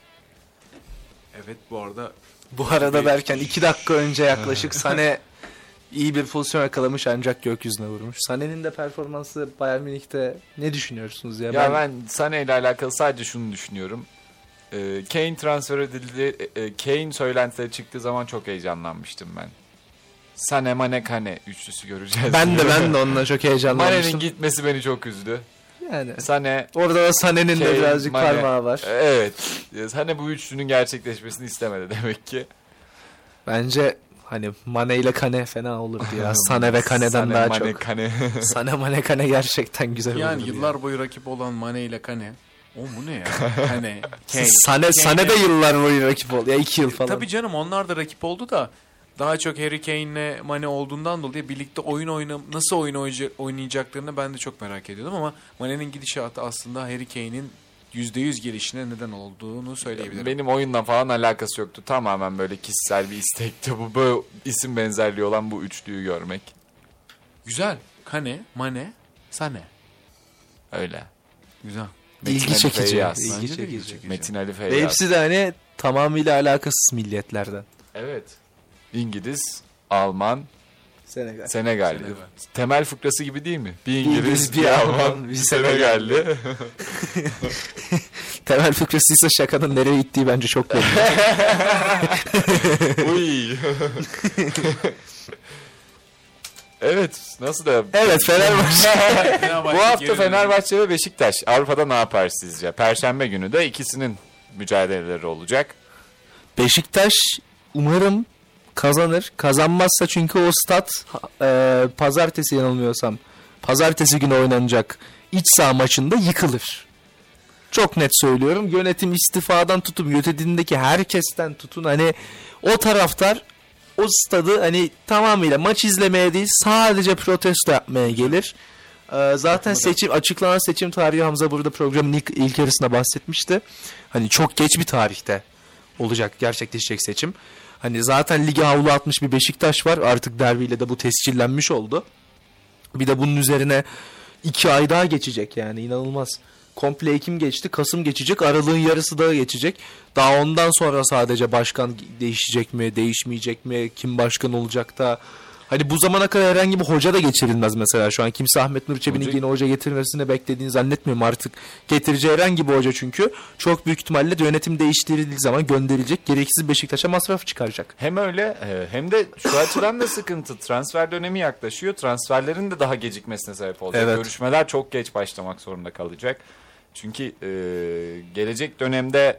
Evet, bu arada Bu arada derken iki dakika önce yaklaşık Sané iyi bir pozisyon yakalamış ancak gökyüzüne vurmuş. Sané'nin de performansı Bayern Münih'te ne düşünüyorsunuz ya? Ya ben Sané ile alakalı sadece şunu düşünüyorum. Ee, Kane transfer edildi. e, e, Kane söylentileri çıktığı zaman çok heyecanlanmıştım ben. Sané, Mane, Kane üçlüsü göreceğiz. ben de ben de onunla çok Mane'nin heyecanlanmıştım. gitmesi beni çok üzdü. Yani Sané, orada da Sané'nin de Kane, birazcık Mane. parmağı var. Evet. Sané bu üçlünün gerçekleşmesini istemedi demek ki. Bence hani Mane ile Kane fena olurdu ya. Sané ve Kane'den Sané, daha Mane, çok. Kane. Sané, Mane, Kane gerçekten güzel yani olurdu. yıllar boyu rakip olan Mane ile Kane. O mu ne ya? Kane, Kane. Sané, Sané de yıllar boyu rakip oldu. Ya iki yıl falan. Tabii canım, onlar da rakip oldu da daha çok Harry Kane'le Mane olduğundan dolayı birlikte oyun oyna nasıl oyun oynayaca- oynayacaklarını ben de çok merak ediyordum ama Mane'nin gidişatı aslında Harry Kane'in yüzde yüz gelişine neden olduğunu söyleyebilirim. Benim oyunla falan alakası yoktu. Tamamen böyle kişisel bir istekti. Bu böyle isim benzerliği olan bu üçlüyü görmek. Güzel. Kane, Mane, Sané. Öyle. Güzel. Metin İlgi Ali çekici. Feyyaz. İlgi Bence de ilgi çekici. çekici. Metin Ali Ve Feyyaz. hepsi de hani tamamıyla alakasız milliyetlerden. Evet. İngiliz, Alman, Senegal. Senegalli. Senegal. Temel fıkrası gibi değil mi? Bir İngiliz, İngiliz, bir, bir Alman, Alman, bir bir Senegalli. Temel fıkrasıysa şakanın nereye gittiği bence çok belli. Uy. Evet, nasıl da... Evet, Fenerbahçe. Fenerbahçe Bu hafta geri dönüyor. Fenerbahçe ve Beşiktaş Avrupa'da ne yapar sizce? Perşembe günü de ikisinin mücadeleleri olacak. Beşiktaş umarım kazanır. Kazanmazsa çünkü o stat e, pazartesi yanılmıyorsam pazartesi günü oynanacak iç saha maçında yıkılır. Çok net söylüyorum. Yönetim istifadan tutun, yönetimdeki herkesten tutun. Hani o taraftar o stadı hani tamamıyla maç izlemeye değil sadece protesto yapmaya gelir. Ee, zaten seçim açıklanan seçim tarihi Hamza burada programın ilk, ilk yarısında bahsetmişti. Hani çok geç bir tarihte olacak, gerçekleşecek seçim. Hani zaten lige havlu atmış bir Beşiktaş var. Artık derbiyle de bu tescillenmiş oldu. Bir de bunun üzerine iki ay daha geçecek yani, inanılmaz. Komple Ekim geçti, Kasım geçecek, Aralık'ın yarısı daha geçecek. Daha ondan sonra sadece başkan değişecek mi, değişmeyecek mi, kim başkan olacak da. Hani bu zamana kadar herhangi bir hoca da geçirilmez mesela şu an. Kimse Ahmet Nur Çebi'nin yeni hoca getirmesini beklediğini zannetmiyorum artık. Getireceği herhangi bir hoca çünkü çok büyük ihtimalle yönetim değiştirildiği zaman gönderilecek, gereksiz Beşiktaş'a masraf çıkaracak. Hem öyle hem de şu açıdan da sıkıntı. Transfer dönemi yaklaşıyor. Transferlerin de daha gecikmesine sebep olacak. Evet. Görüşmeler çok geç başlamak zorunda kalacak. Çünkü e, gelecek dönemde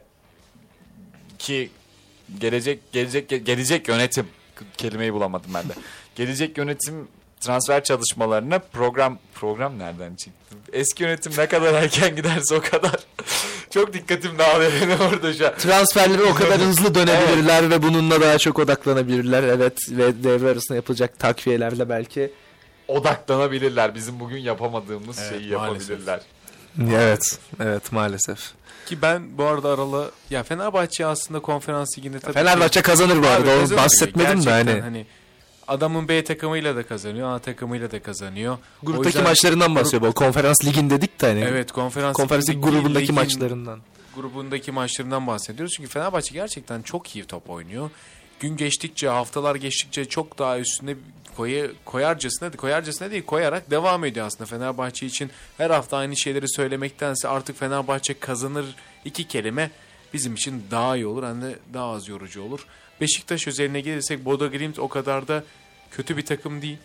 ki gelecek gelecek gelecek yönetim, kelimeyi bulamadım ben de. Gelecek yönetim transfer çalışmalarına program program nereden çıktı? Eski yönetim ne kadar erken giderse o kadar çok dikkatim dağılıyor benim orada şu an. Transferleri o kadar hızlı dönebilirler evet. Ve bununla daha çok odaklanabilirler. Evet, ve devre arasında yapılacak takviyelerle belki odaklanabilirler. Bizim bugün yapamadığımız evet, şeyi yapabilirler. Maalesef. Evet, evet maalesef. Ki ben bu arada Aralı ya Fenerbahçe aslında konferans liginde tabii Fenerbahçe ki, kazanır bu arada. Onu bahsetmedim de hani. hani adamın B takımıyla da kazanıyor, A takımıyla da kazanıyor. Gruptaki yüzden, maçlarından bahsediyor. Bu konferans ligin dedik de hani. Evet, konferans, konferans ligin, grubundaki ligin, maçlarından. Grubundaki maçlarından bahsediyoruz. Çünkü Fenerbahçe gerçekten çok iyi top oynuyor. Gün geçtikçe, haftalar geçtikçe çok daha üstüne koy, koyarcasına, koyarcasına değil koyarak devam ediyor aslında Fenerbahçe için. Her hafta aynı şeyleri söylemektense artık Fenerbahçe kazanır iki kelime bizim için daha iyi olur. Hem de daha az yorucu olur. Beşiktaş özeline gelirsek Bodo Glimt o kadar da kötü bir takım değil.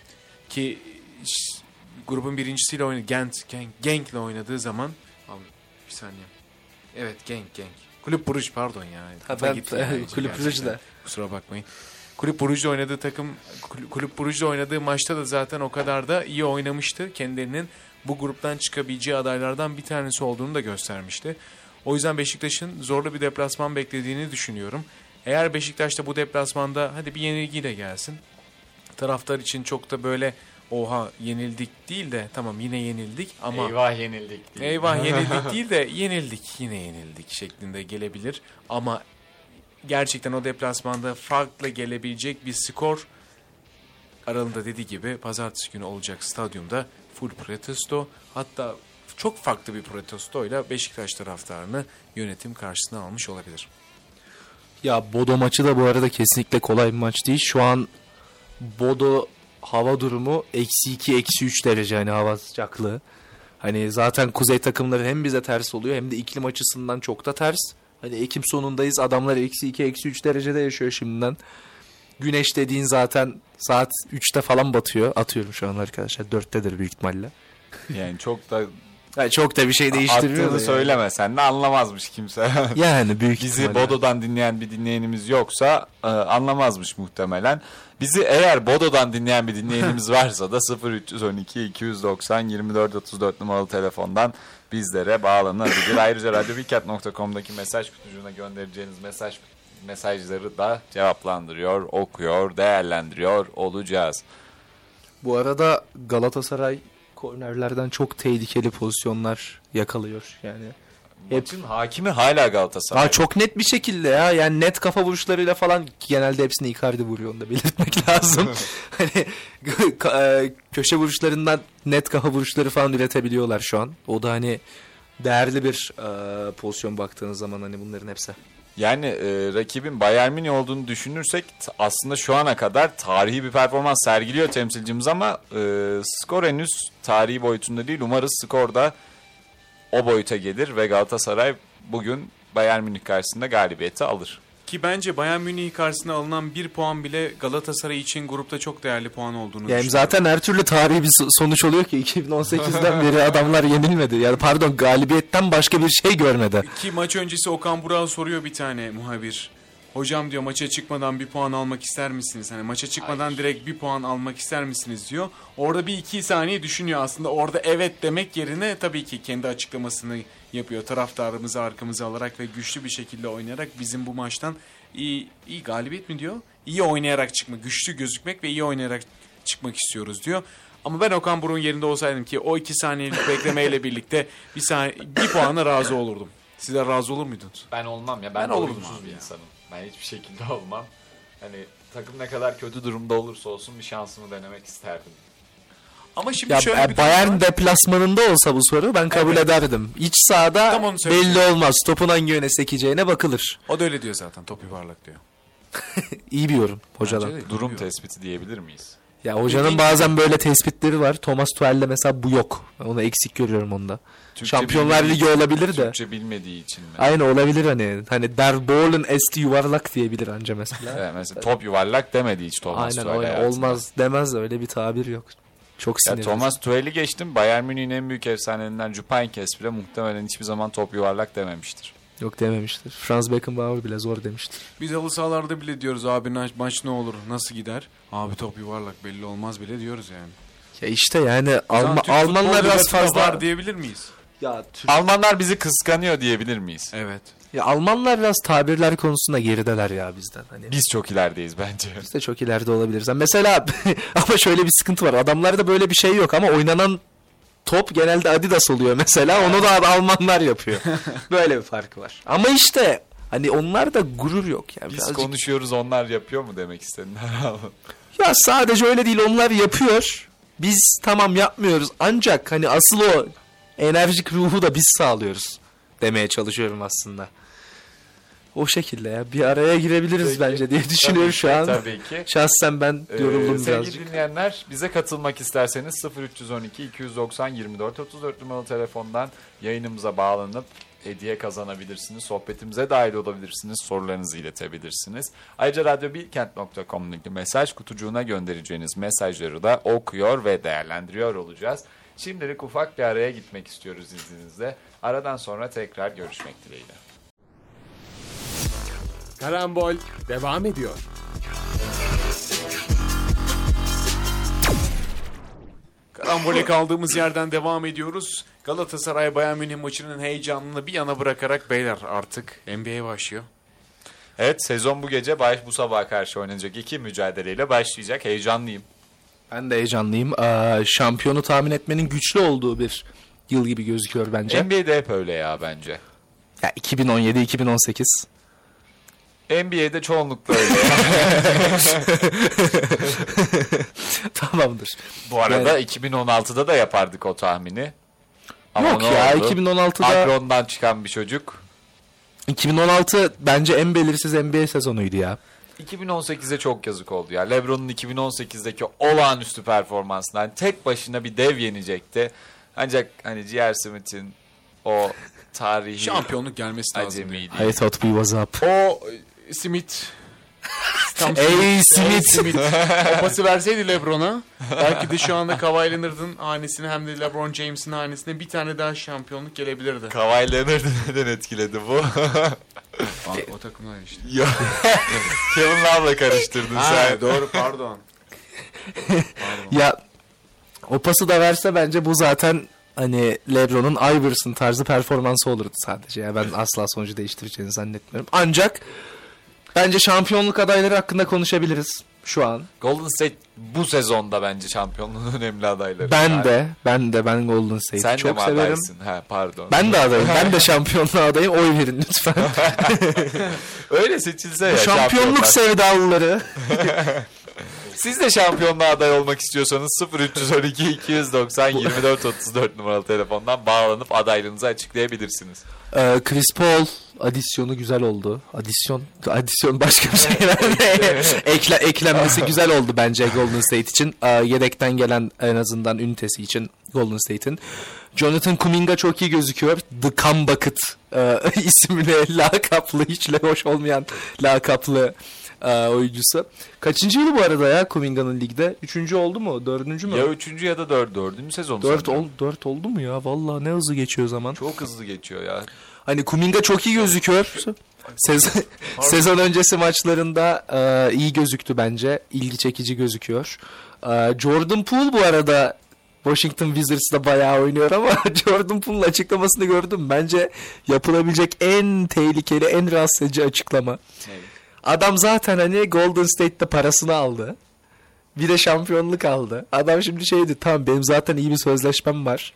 Ki ş- grubun birincisiyle oynadı. Gent, Genk, Genk'le oynadığı zaman abi bir saniye. Evet, Genk, Genk. Kulüp Bruges pardon ya. Ha, ben, yani, Kulüp Bruges'le. Kusura bakmayın. Kulüp Bruges'le oynadığı takım, Kulüp Bruges'le oynadığı maçta da zaten o kadar da iyi oynamıştı. Kendilerinin bu gruptan çıkabileceği adaylardan bir tanesi olduğunu da göstermişti. O yüzden Beşiktaş'ın zorlu bir deplasman beklediğini düşünüyorum. Eğer Beşiktaş da bu deplasmanda hadi bir yenilgiyle gelsin. Taraftar için çok da böyle oha yenildik değil de tamam yine yenildik ama eyvah yenildik değil. Eyvah yenildik değil de yenildik yine yenildik şeklinde gelebilir. Ama gerçekten o deplasmanda farklı gelebilecek bir skor aralığında dediği gibi pazartesi günü olacak stadyumda full protesto, hatta çok farklı bir protestoyla Beşiktaş taraftarını yönetim karşısına almış olabilir. Ya Bodo maçı da bu arada kesinlikle kolay bir maç değil. Şu an Bodo hava durumu eksi iki, eksi üç derece hani hava sıcaklığı. Hani zaten kuzey takımları hem bize ters oluyor hem de iklim açısından çok da ters. Hani Ekim sonundayız, adamlar eksi iki, eksi üç derecede yaşıyor şimdiden. Güneş dediğin zaten saat üçte falan batıyor. Atıyorum şu an arkadaşlar, dörttedir büyük ihtimalle. Yani çok da yani çok da bir şey değiştirmiyor. Attığını yani. söyleme, sen de anlamazmış kimse. Yani büyük Bizi ihtimalle. Bodo'dan dinleyen bir dinleyenimiz yoksa e, anlamazmış muhtemelen. Bizi eğer Bodo'dan dinleyen bir dinleyenimiz varsa da sıfır üç on iki iki yüz doksan yirmi dört otuz dört numaralı telefondan bizlere bağlanabilir. Ayrıca radyo bikat nokta com'daki mesaj kutucuğuna göndereceğiniz mesaj mesajları da cevaplandırıyor, okuyor, değerlendiriyor olacağız. Bu arada Galatasaray kornerlerden çok tehlikeli pozisyonlar yakalıyor yani. Maçın hakimi hala Galatasaray. Ha, çok net bir şekilde ya. Yani net kafa vuruşlarıyla falan, genelde hepsini Icardi vuruyor, onu da belirtmek lazım. Hani köşe vuruşlarından net kafa vuruşları falan üretebiliyorlar şu an. O da hani değerli bir e, pozisyon baktığınız zaman hani bunların hepsi. Yani e, rakibin Bayern Münih olduğunu düşünürsek t- aslında şu ana kadar tarihi bir performans sergiliyor temsilcimiz ama e, skor henüz tarihi boyutunda değil. Umarız skor da o boyuta gelir ve Galatasaray bugün Bayern Münih karşısında galibiyeti alır. Ki bence Bayern Münih karşısına alınan bir puan bile Galatasaray için grupta çok değerli puan olduğunu Yani düşünüyorum. zaten her türlü tarihi bir sonuç oluyor ki iki bin on sekizden beri adamlar yenilmedi. Yani pardon, galibiyetten başka bir şey görmedi. Ki maç öncesi Okan Burak'a soruyor bir tane muhabir. Hocam diyor, maça çıkmadan bir puan almak ister misiniz? Hani maça çıkmadan Hayır. direkt bir puan almak ister misiniz diyor. Orada bir iki saniye düşünüyor aslında. Orada evet demek yerine tabii ki kendi açıklamasını yapıyor. Taraftarımızı arkamıza alarak ve güçlü bir şekilde oynayarak bizim bu maçtan iyi, iyi galibiyet mi diyor? İyi oynayarak çıkmak, güçlü gözükmek ve iyi oynayarak çıkmak istiyoruz diyor. Ama ben Okan Buruk'un yerinde olsaydım ki o iki saniyelik beklemeyle birlikte bir saniye, bir puana razı olurdum. Sizler razı olur muydunuz? Ben olmam ya. Ben, Ben de olurdum uyumsuz abi bir ya. insanım. Ben hiçbir şekilde olmam. Hani takım ne kadar kötü durumda olursa olsun bir şansımı denemek isterdim. Ama şimdi Ya şöyle e, bir durum Bayern var. deplasmanında olsa bu soru ben kabul Evet. ederdim. İç sahada Tam onu söyleyeceğim. belli olmaz. Topun hangi yöne sekeceğine bakılır. O da öyle diyor zaten. Top yuvarlak diyor. İyi bir yorum hocadan. Bence de Durum diyor. tespiti diyebilir miyiz? Ya hocanın İlginç. bazen böyle tespitleri var. Thomas Tuchel'de mesela bu yok. Ben onu eksik görüyorum onda. Türkçe Şampiyonlar bilmediği- Ligi olabilir de. Türkçe bilmediği için mi? Aynı olabilir hani. Hani der Bollen esti yuvarlak diyebilir anca mesela. Evet, mesela top yuvarlak demedi hiç Thomas Aynen Tuchel öyle. hayatında. Olmaz demez de öyle bir tabir yok. Çok Ya sinirli. Thomas Tuchel'i geçtim. Bayern Münih'in en büyük efsanelerinden Jupp Heynckes bile muhtemelen hiçbir zaman top yuvarlak dememiştir. Yok dememiştir. Franz Beckenbauer bile zor demiştir. Biz halı sahalarda bile diyoruz abi maç, maç ne olur, nasıl gider? Abi top yuvarlak belli olmaz bile diyoruz yani. Ya işte yani Alma, Türk Almanlar futbol biraz lügatı da fazla var diyebilir miyiz? ya, Türk- Almanlar bizi kıskanıyor diyebilir miyiz? Evet. ya Almanlar biraz tabirler konusunda gerideler ya bizden. Hani Biz çok ilerideyiz bence. biz de çok ileride olabiliriz. Yani mesela ama şöyle bir sıkıntı var. Adamlarda böyle bir şey yok ama oynanan top genelde Adidas oluyor mesela. Onu da Almanlar yapıyor. Böyle bir farkı var. Ama işte hani onlar da gurur yok yani. Biz Birazcık- konuşuyoruz onlar yapıyor mu demek istedin herhalde. Ya sadece öyle değil, onlar yapıyor. Biz tamam yapmıyoruz. Ancak hani asıl o enerjik ruhu da biz sağlıyoruz demeye çalışıyorum aslında. O şekilde ya. Bir araya girebiliriz Peki. bence diye düşünüyorum Tabii şu ki, an. Tabii ki. Şahsen ben Ee, yoruldum sevgili birazcık. dinleyenler bize katılmak isterseniz sıfır üç on iki iki yüz doksan yirmi dört otuz dört numaralı telefondan yayınımıza bağlanıp hediye kazanabilirsiniz. Sohbetimize dahil olabilirsiniz. Sorularınızı iletebilirsiniz. Ayrıca radyo bilkent nokta com'daki mesaj kutucuğuna göndereceğiniz mesajları da okuyor ve değerlendiriyor olacağız. Şimdilik ufak bir araya gitmek istiyoruz izninizle. Aradan sonra tekrar görüşmek dileğiyle. Karambol devam ediyor. Karambole kaldığımız yerden devam ediyoruz. Galatasaray Bayern Münih maçının heyecanını bir yana bırakarak beyler artık N B A başlıyor. Evet, sezon bu gece baş, bu sabaha karşı oynanacak iki mücadeleyle başlayacak. Heyecanlıyım. Ben de heyecanlıyım. Aa, şampiyonu tahmin etmenin güçlü olduğu bir yıl gibi gözüküyor bence. N B A'de hep öyle ya bence. Ya iki bin on yedi iki bin on sekiz. N B A'de çoğunlukla öyle. Tamamdır. Bu arada Yani- iki bin on altıda da yapardık o tahmini. Ama Yok ne ya oldu? iki bin on altıda Akron'dan çıkan bir çocuk. iki bin on altı bence en belirsiz N B A sezonuydu ya. iki bin on sekize çok yazık oldu ya. LeBron'un iki bin on sekizdeki olağanüstü performansından tek başına bir dev yenecekti. Ancak hani J R. Smith'in o tarihi Şampiyonluk gelmesi lazım. acemiydi. I thought we was up. O e, Smith tam Ey Smith. Smith. O pası verseydi LeBron'a belki de şu anda Kawhi Leonard'ın hanesine hem de LeBron James'in hanesine bir tane daha şampiyonluk gelebilirdi. Kawhi Leonard'ı neden etkiledi bu? Aa, o takımlar işte. Ya, Kevin Love'la karıştırdın sen. Ha, doğru pardon. Ya o pası da verse bence bu zaten hani LeBron'un Iverson tarzı performansı olurdu sadece. Ya ben asla sonucu değiştireceğini zannetmiyorum. Ancak bence şampiyonluk adayları hakkında konuşabiliriz şu an. Golden State bu sezonda bence şampiyonluğun önemli adayları. Ben Yani de ben de ben Golden State'i Sen de çok mi severim. adaysın? Ha, pardon. Ben de adayım. Ben de şampiyonluğa adayım. Oy verin lütfen. Öyle seçilse ya. Şampiyonluk şampiyonlar. sevdalıları. Siz de şampiyonluğa aday olmak istiyorsanız sıfır üç on iki iki yüz doksan yirmi dört otuz dört numaralı telefondan bağlanıp adaylığınızı açıklayabilirsiniz. Ee, Chris Paul adisyonu güzel oldu. Adisyon, adisyon başka bir şey. Ekle, eklenmesi güzel oldu bence Golden State için. Ee, yedekten gelen en azından ünitesi için Golden State'in. Jonathan Kuminga çok iyi gözüküyor. The Come Bucket e, isimli lakaplı, hiç hoş olmayan lakaplı e, oyuncusu. Kaçıncı yılı bu arada ya Kuminga'nın ligde? Üçüncü oldu mu? Dördüncü mü? Ya üçüncü ya da dört, dördüncü sezon. Dört, sanırım. ol, dört oldu mu ya? Vallahi ne hızlı geçiyor zaman. Çok hızlı geçiyor ya. Hani Kuminga çok iyi gözüküyor. Sezon, sezon öncesi maçlarında e, iyi gözüktü bence. İlgi çekici gözüküyor. E, Jordan Poole bu arada Washington Wizards'da bayağı oynuyor ama Jordan Poole'un açıklamasını gördüm. Bence yapılabilecek en tehlikeli, en rahatsız edici açıklama. Evet. Adam zaten hani Golden State'te parasını aldı. Bir de şampiyonluk aldı. Adam şimdi şeydi, tamam benim zaten iyi bir sözleşmem var.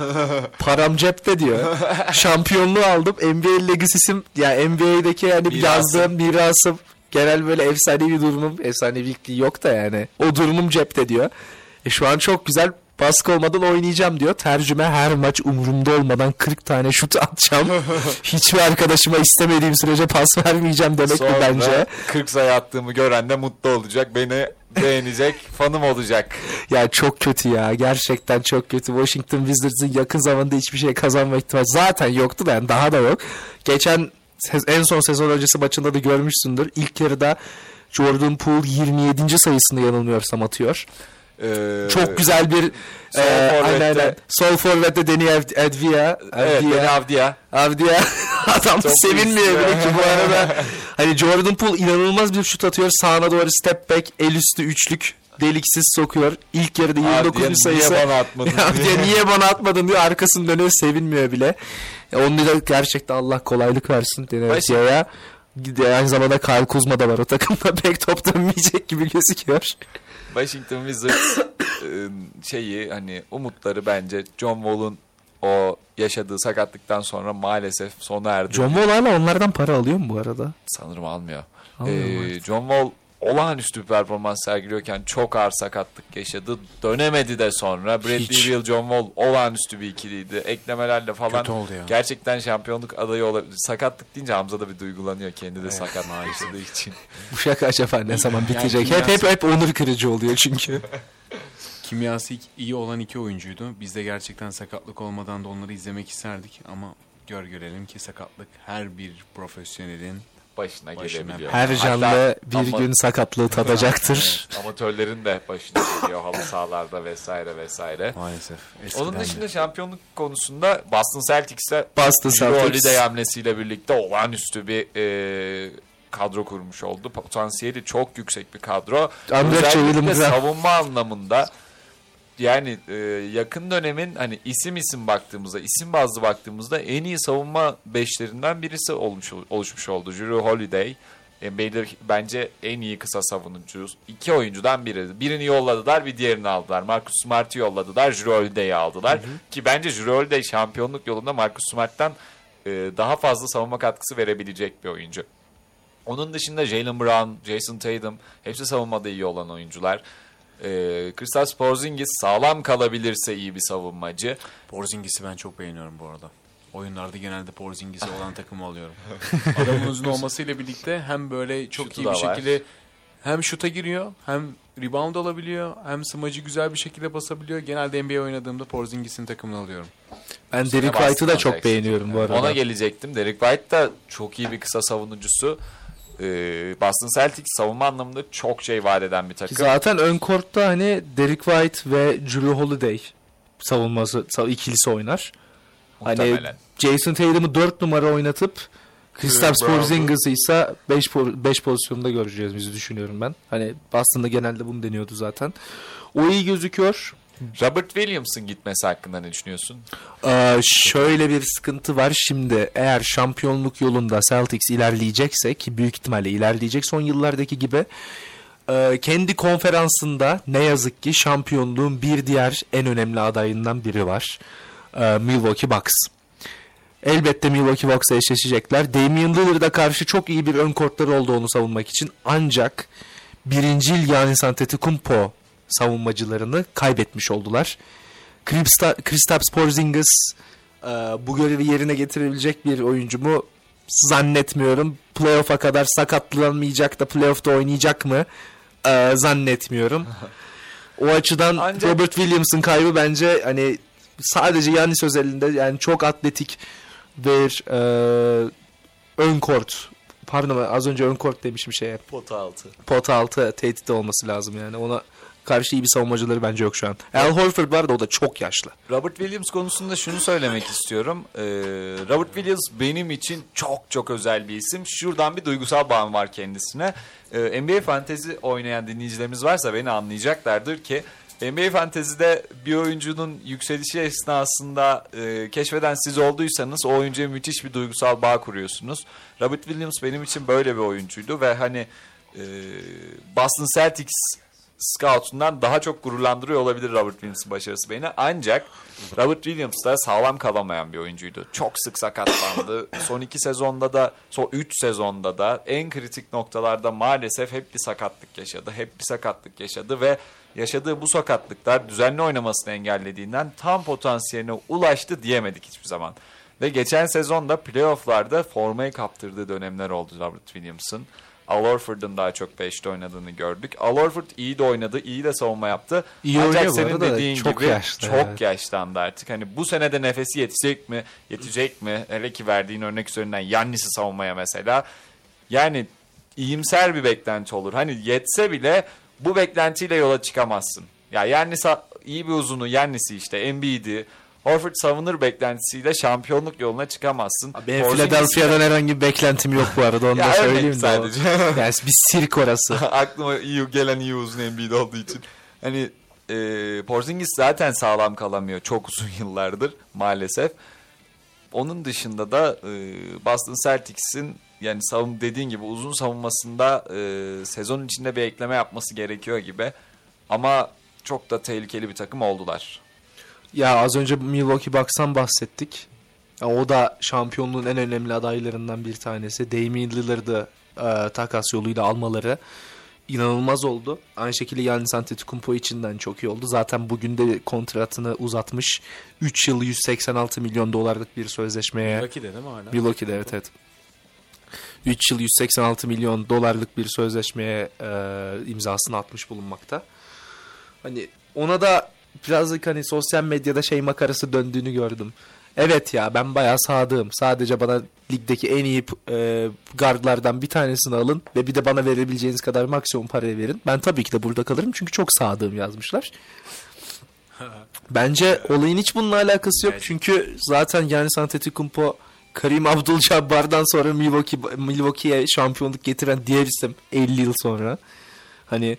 Param cepte diyor. Şampiyonluğu aldım. N B A legacy'sim, yani N B A'deki hani Mirasım. yazdığım mirasım, genel böyle efsanevi bir durumum, efsanevilikliği yok da yani. O durumum cepte diyor. E şu an çok güzel, baskı olmadan oynayacağım diyor. Tercüme, her maç umurumda olmadan kırk tane şut atacağım. Hiçbir arkadaşıma istemediğim sürece pas vermeyeceğim demek mi Sonra bence? kırk sayı attığımı gören de mutlu olacak. Beni beğenecek, fanım olacak. Ya çok kötü ya. Gerçekten çok kötü. Washington Wizards'ın yakın zamanda hiçbir şey kazanma ihtimali zaten yoktu da, yani daha da yok. Geçen en son sezon öncesi maçında da görmüşsündür. İlk yarıda Jordan Poole yirmi yedinci sayısını yanılmıyorsam atıyor. Ee, Çok güzel bir sol e, forvette- aynen, aynen. Sol forvette Deni Av- Avdija. Evet, Deni Avdija. Avdija. Adam Çok sevinmiyor iyi. bile ki bu arada. Hani Jordan Poole inanılmaz bir şut atıyor. Sağına doğru step back, el üstü üçlük deliksiz sokuyor. İlk yarıda yirmi dokuzuncu Avdija, sayısı. niye bana atmadın Avdija niye bana atmadın diyor. Arkasını dönüyor, sevinmiyor bile. Ya onu da gerçekten Allah kolaylık versin Deni Avdija'ya. Aynı zamanda Kyle Kuzma da var o takımda. Pek top dönmeyecek gibi gözüküyor. Washington Wizards ıı, şeyi, hani umutları bence John Wall'un o yaşadığı sakatlıktan sonra maalesef sona erdi. John Wall hala onlardan para alıyor mu bu arada? Sanırım almıyor. Almıyor mu Ee, artık? John Wall olağanüstü bir performans sergiliyorken çok ağır sakatlık yaşadı. Dönemedi de sonra. Bradley Hiç. Beal, John Wall olağanüstü bir ikiliydi. Eklemelerle falan Kötü oldu ya. gerçekten şampiyonluk adayı olabilir. Sakatlık deyince Hamza da bir duygulanıyor. Kendi de sakat yaşadığı için. Bu şaka acaba ne zaman bitecek? Yani hep hep hep onur kırıcı oluyor çünkü. Kimyası iyi olan iki oyuncuydu. Biz de gerçekten sakatlık olmadan da onları izlemek isterdik. Ama gör görelim ki sakatlık her bir profesyonelin Başına, Başına. gelebiliyor. Her canlı Hatta bir ama- gün sakatlığı tadacaktır. amatörlerin de başına geliyor halı sahalarda vesaire vesaire. maalesef. Onun dışında şampiyonluk konusunda Boston Celtics'e Boston Jrue Celtics. Holiday hamlesiyle birlikte olağanüstü bir e, kadro kurmuş oldu. Potansiyeli çok yüksek bir kadro. Andre Özellikle William Grant. savunma anlamında, yani e, yakın dönemin hani isim isim baktığımızda, isim bazlı baktığımızda en iyi savunma beşlerinden birisi olmuş oluşmuş oldu. Jrue Holiday, N B A'de bence en iyi kısa savunucu. İki oyuncudan biri. Birini yolladılar, bir diğerini aldılar. Marcus Smart'ı yolladılar, Jrue Holiday'i aldılar. Hı hı. Ki bence Jrue Holiday şampiyonluk yolunda Marcus Smart'tan e, daha fazla savunma katkısı verebilecek bir oyuncu. Onun dışında Jaylen Brown, Jason Tatum hepsi savunmada iyi olan oyuncular. Ee, Kristaps Porzingis sağlam kalabilirse iyi bir savunmacı. Porzingis'i ben çok beğeniyorum bu arada. Oyunlarda genelde Porzingis'i olan takımı alıyorum. Adamın uzun olmasıyla birlikte hem böyle çok Şutu iyi da bir var. şekilde hem şuta giriyor, hem rebound alabiliyor, hem smacı güzel bir şekilde basabiliyor. Genelde N B A oynadığımda Porzingis'in takımını alıyorum. Ben Üstüne Derek White'ı da bastın çok olacaksın. beğeniyorum bu arada. Ona gelecektim. Derek White da çok iyi bir kısa savunucusu. Ee, Boston Celtics savunma anlamında çok şey vaat eden bir Ki takım. zaten ön kortta hani Derek White ve Jrue Holiday savunması sav- ikilisi oynar. Hani Muhtemelen. Jason Tatum'u dört numara oynatıp Kristaps Brown'u- Porzingis'i ise beş pozisyonda göreceğiz bizi düşünüyorum ben. Hani Boston'da genelde bunu deniyordu zaten. O iyi gözüküyor. Robert Williams'ın gitmesi hakkında ne düşünüyorsun? Ee, şöyle bir sıkıntı var şimdi, eğer şampiyonluk yolunda Celtics ilerleyecekse, ki büyük ihtimalle ilerleyecek son yıllardaki gibi, e, kendi konferansında ne yazık ki şampiyonluğun bir diğer en önemli adayından biri var. E, Milwaukee Bucks. Elbette Milwaukee Bucks'a eşleşecekler. Damian Lillard'a karşı çok iyi bir ön kortları oldu onu savunmak için. Ancak birincil Giannis Antetokounmpo savunmacılarını kaybetmiş oldular. Krista- Kristaps Porzingis e, bu görevi yerine getirebilecek bir oyuncu mu? Zannetmiyorum. Playoff'a kadar sakatlanmayacak da playoff'ta oynayacak mı? E, zannetmiyorum. O açıdan Ancak- Robert Williams'ın kaybı bence hani sadece Giannis özelinde, yani çok atletik bir e, ön kort, pardon az önce ön kort demişim şeye, Pota altı. pot altı tehdit olması lazım yani. Ona karşı iyi bir savunmacıları bence yok şu an. Al Horford var da o da çok yaşlı. Robert Williams konusunda şunu söylemek istiyorum. Ee, Robert Williams benim için çok çok özel bir isim. Şuradan bir duygusal bağım var kendisine. Ee, N B A fantezi oynayan dinleyicilerimiz varsa beni anlayacaklardır ki N B A Fantasy'de bir oyuncunun yükselişi esnasında e, keşfeden siz olduysanız o oyuncuya müthiş bir duygusal bağ kuruyorsunuz. Robert Williams benim için böyle bir oyuncuydu ve hani e, Boston Celtics scoutundan daha çok gururlandırıyor olabilir Robert Williams'ın başarısı beni. Ancak Robert Williams da sağlam kalamayan bir oyuncuydu. Çok sık sakatlandı. Son iki sezonda da, son üç sezonda da en kritik noktalarda maalesef hep bir sakatlık yaşadı. Hep bir sakatlık yaşadı ve yaşadığı bu sakatlıklar düzenli oynamasını engellediğinden tam potansiyeline ulaştı diyemedik hiçbir zaman. Ve geçen sezonda playofflarda formayı kaptırdığı dönemler oldu Robert Williams'ın. Al Horford'un daha çok beşte oynadığını gördük. Al Horford iyi de oynadı, iyi de savunma yaptı. İyi Ancak oynuyor bu senin arada da dediğin çok gibi yaşlı, çok evet. yaşlandı artık. Hani bu senede nefesi yetecek mi, yetecek mi? Hele ki verdiğin örnek üzerinden Yannis'i savunmaya mesela. Yani iyimser bir beklenti olur. Hani yetse bile bu beklentiyle yola çıkamazsın. Ya Yannis iyi bir uzunu, Yannis'i işte, Embiid'i, Horford savunur beklentisiyle şampiyonluk yoluna çıkamazsın. Benim Porzingis'le- Philadelphia'dan herhangi bir beklentim yok bu arada. Onu Ya da örnek söyleyeyim de. sadece. o. Yani bir sirk orası. Aklıma iyi gelen iyi uzun Embiid olduğu için. Hani e, Porzingis zaten sağlam kalamıyor çok uzun yıllardır maalesef. Onun dışında da e, Boston Celtics'in yani savun dediğin gibi uzun savunmasında e, sezon içinde bir ekleme yapması gerekiyor gibi. Ama çok da tehlikeli bir takım oldular. Ya az önce Milwaukee Bucks'tan bahsettik. Ya o da şampiyonluğun en önemli adaylarından bir tanesi. Damian Lillard'ı e, takas yoluyla almaları inanılmaz oldu. Aynı şekilde Giannis Antetokounmpo içinden çok iyi oldu. Zaten bugün de kontratını uzatmış. üç yıl yüz seksen altı milyon dolarlık bir sözleşmeye. Milwaukee'de değil mi hala? Milwaukee'de evet evet. üç yıl yüz seksen altı milyon dolarlık bir sözleşmeye e, imzasını atmış bulunmakta. Hani ona da birazcık hani sosyal medyada şey makarası döndüğünü gördüm. Evet ya ben bayağı sadığım. Sadece bana ligdeki en iyi e, guardlardan bir tanesini alın ve bir de bana verebileceğiniz kadar maksimum parayı verin. Ben tabii ki de burada kalırım çünkü çok sadığım yazmışlar. Bence olayın hiç bununla alakası yok. Evet. Çünkü zaten Giannis Antetokounmpo Kareem Abdul-Jabbar'dan sonra Milwaukee, Milwaukee'ye şampiyonluk getiren diğer isim elli yıl sonra. Hani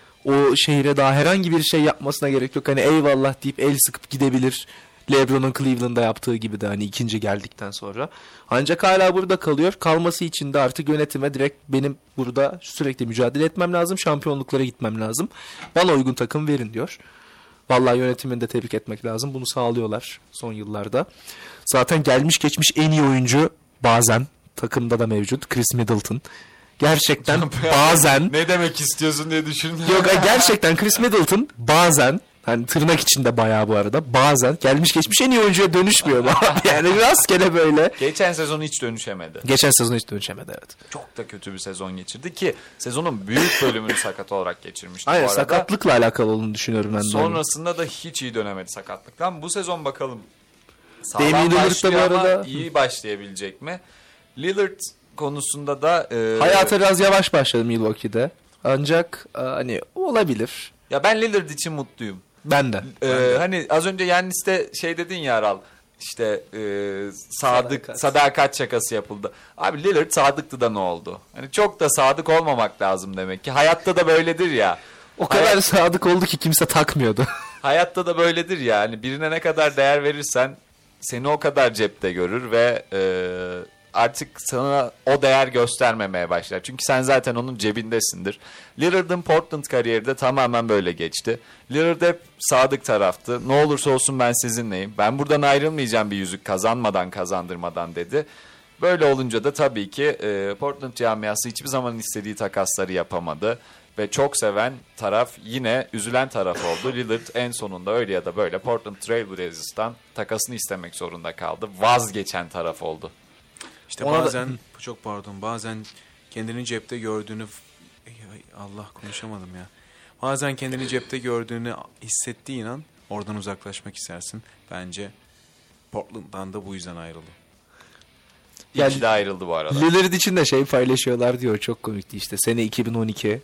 o şehire daha herhangi bir şey yapmasına gerek yok. Hani eyvallah deyip el sıkıp gidebilir. LeBron'un Cleveland'da yaptığı gibi de hani ikinci geldikten sonra. Ancak hala burada kalıyor. Kalması için de artık yönetime direkt benim burada sürekli mücadele etmem lazım. Şampiyonluklara gitmem lazım. Bana uygun takım verin diyor. Vallahi yönetimini de tebrik etmek lazım. Bunu sağlıyorlar son yıllarda. Zaten gelmiş geçmiş en iyi oyuncu bazen takımda da mevcut. Chris Middleton. Gerçekten bazen. Ne demek istiyorsun diye düşündüm. Yok gerçekten Chris Middleton bazen. Hani tırnak içinde bayağı bu arada. Bazen gelmiş geçmiş en iyi oyuncuya dönüşmüyor. Yani rastgele böyle. Geçen sezon hiç dönüşemedi. Geçen sezon hiç dönüşemedi evet. Çok da kötü bir sezon geçirdi ki sezonun büyük bölümünü sakat olarak geçirmişti Aynen bu arada. sakatlıkla alakalı olduğunu düşünüyorum ben de. Sonrasında da hiç iyi dönemedi sakatlıktan. Bu sezon bakalım Damian sağlam Lillard da başlıyor bu ama arada- iyi başlayabilecek mi? Lillard konusunda da e, Hayata biraz yavaş başladı Milwaukee'de. Ancak e, hani olabilir. ya ben Lillard için mutluyum. Ben de. Ee, hani az önce Yannis'te şey dedin ya Aral, işte e, sadık Sadakat. sadakat şakası yapıldı. Abi Lillard sadıktı da ne oldu? Hani çok da sadık olmamak lazım demek ki. Hayatta da böyledir ya. O kadar Hayat- sadık oldu ki kimse takmıyordu. Hayatta da böyledir ya. Hani birine ne kadar değer verirsen seni o kadar cepte görür ve e, artık sana o değer göstermemeye başlar. Çünkü sen zaten onun cebindesindir. Lillard'ın Portland kariyeri de tamamen böyle geçti. Lillard hep sadık taraftı. Ne olursa olsun ben sizinleyim. Ben buradan ayrılmayacağım bir yüzük kazanmadan kazandırmadan dedi. Böyle olunca da tabii ki e, Portland camiası hiçbir zaman istediği takasları yapamadı. Ve çok seven taraf yine üzülen taraf oldu. Lillard en sonunda öyle ya da böyle Portland Trail Blazers'tan takasını istemek zorunda kaldı. Vazgeçen taraf oldu. İşte Ona da- bazen çok pardon bazen kendini cepte gördüğünü Ey, ay, Allah konuşamadım ya. Bazen kendini cepte gördüğünü hissettiğin an oradan uzaklaşmak istersin. Bence Portland'dan da bu yüzden ayrıldı. Yani- İki de ayrıldı bu arada. Lillard için de şey paylaşıyorlar diyor. Çok komikti işte. Sene iki bin on iki.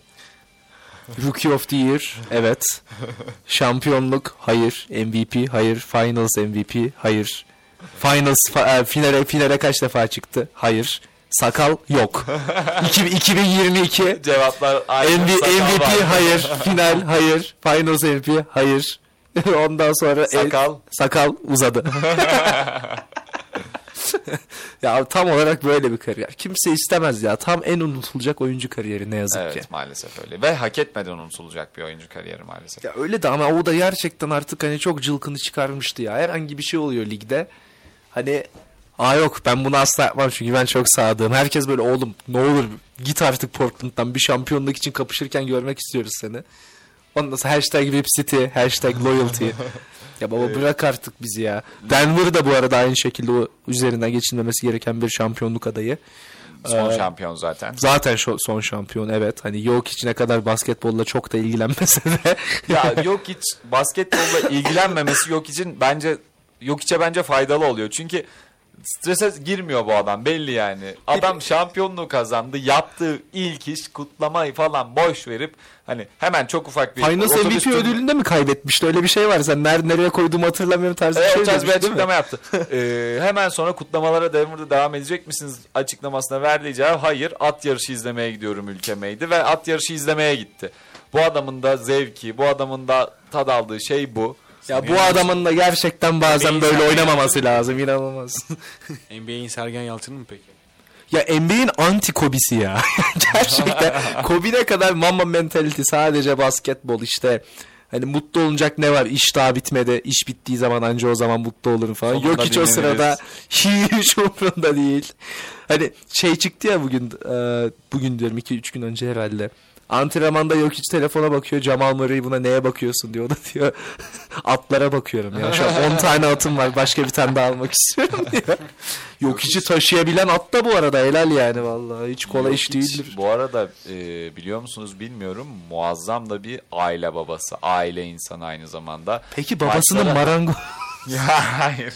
Rookie of the Year. Evet. Şampiyonluk. Hayır. M V P. Hayır. Finals M V P. Hayır. Finals fa- e, finale, finale kaç defa çıktı? Hayır. Sakal yok. İki- iki bin yirmi iki Cevaplar aynı. M V- sakal M V P var. hayır. Final hayır. Finals M V P hayır. Ondan sonra Sakal. e, sakal uzadı. Ya tam olarak böyle bir kariyer. Kimse istemez ya. Tam en unutulacak oyuncu kariyeri ne yazık Evet ki. maalesef öyle. Ve hak etmeden unutulacak bir oyuncu kariyeri maalesef. Ya öyle de ama o da gerçekten artık hani çok cılkını çıkarmıştı ya. Herhangi bir şey oluyor ligde. Hani aa yok ben bunu asla yapmam çünkü ben çok sadığım. Herkes böyle oğlum ne olur git artık Portland'dan bir şampiyonluk için kapışırken görmek istiyoruz seni. Ondan sonra hashtag Rip City, hashtag loyalty. Ya baba bırak artık bizi ya. Denver da bu arada aynı şekilde o üzerinden geçilmemesi gereken bir şampiyonluk adayı. Son Ee, şampiyon zaten. Zaten şu son şampiyon evet. Hani yok içine kadar basketbolla çok da ilgilenmese de. Ya yok hiç basketbolla ilgilenmemesi yok için bence yok içe bence faydalı oluyor. Çünkü strese girmiyor bu adam belli yani. Adam şampiyonluğu kazandı. Yaptığı ilk iş kutlamayı falan boş verip hani hemen çok ufak bir Finals M V otobüs P turnu- ödülünde mi kaybetmişti? Öyle bir şey var. Sen nerede nereye koyduğumu hatırlamıyorum tarzı bir Evet, şey o tarz bir demiş, değil mi? açıklama yaptı. Ee, hemen sonra kutlamalara Denver'da devam edecek misiniz açıklamasına verdiği cevap hayır at yarışı izlemeye gidiyorum ülkemeydi ve at yarışı izlemeye gitti. Bu adamın da zevki, bu adamın da tad aldığı şey bu. Ya bu adamın da gerçekten bazen N B A böyle Sergen oynamaması lazım. İnanılmaz. N B A'in Sergen Yalçın'ı mı peki? Ya N B A'in anti Kobe'si ya. Gerçekten. Kobe ne kadar mama mentality sadece basketbol işte. Hani mutlu olacak ne var? İş daha bitmedi. İş bittiği zaman anca o zaman mutlu olurum falan. Sonunda Yok hiç o dinleniriz. sırada hiç umurunda değil. Hani şey çıktı ya bugün e, bugün diyorum iki üç gün önce herhalde. Antrenmanda yok hiç telefona bakıyor. Jamal Murray buna neye bakıyorsun diyor. O da diyor atlara bakıyorum ya. Şu an on tane atım var. Başka bir tane daha almak istiyorum diyor. Yok hiç'i taşıyabilen at da bu arada helal yani vallahi. Hiç kolay iş değildir. Bu arada e, biliyor musunuz bilmiyorum muazzam da bir aile babası. Aile insanı aynı zamanda. Peki babasının Maçlara- marango... Ya hayır.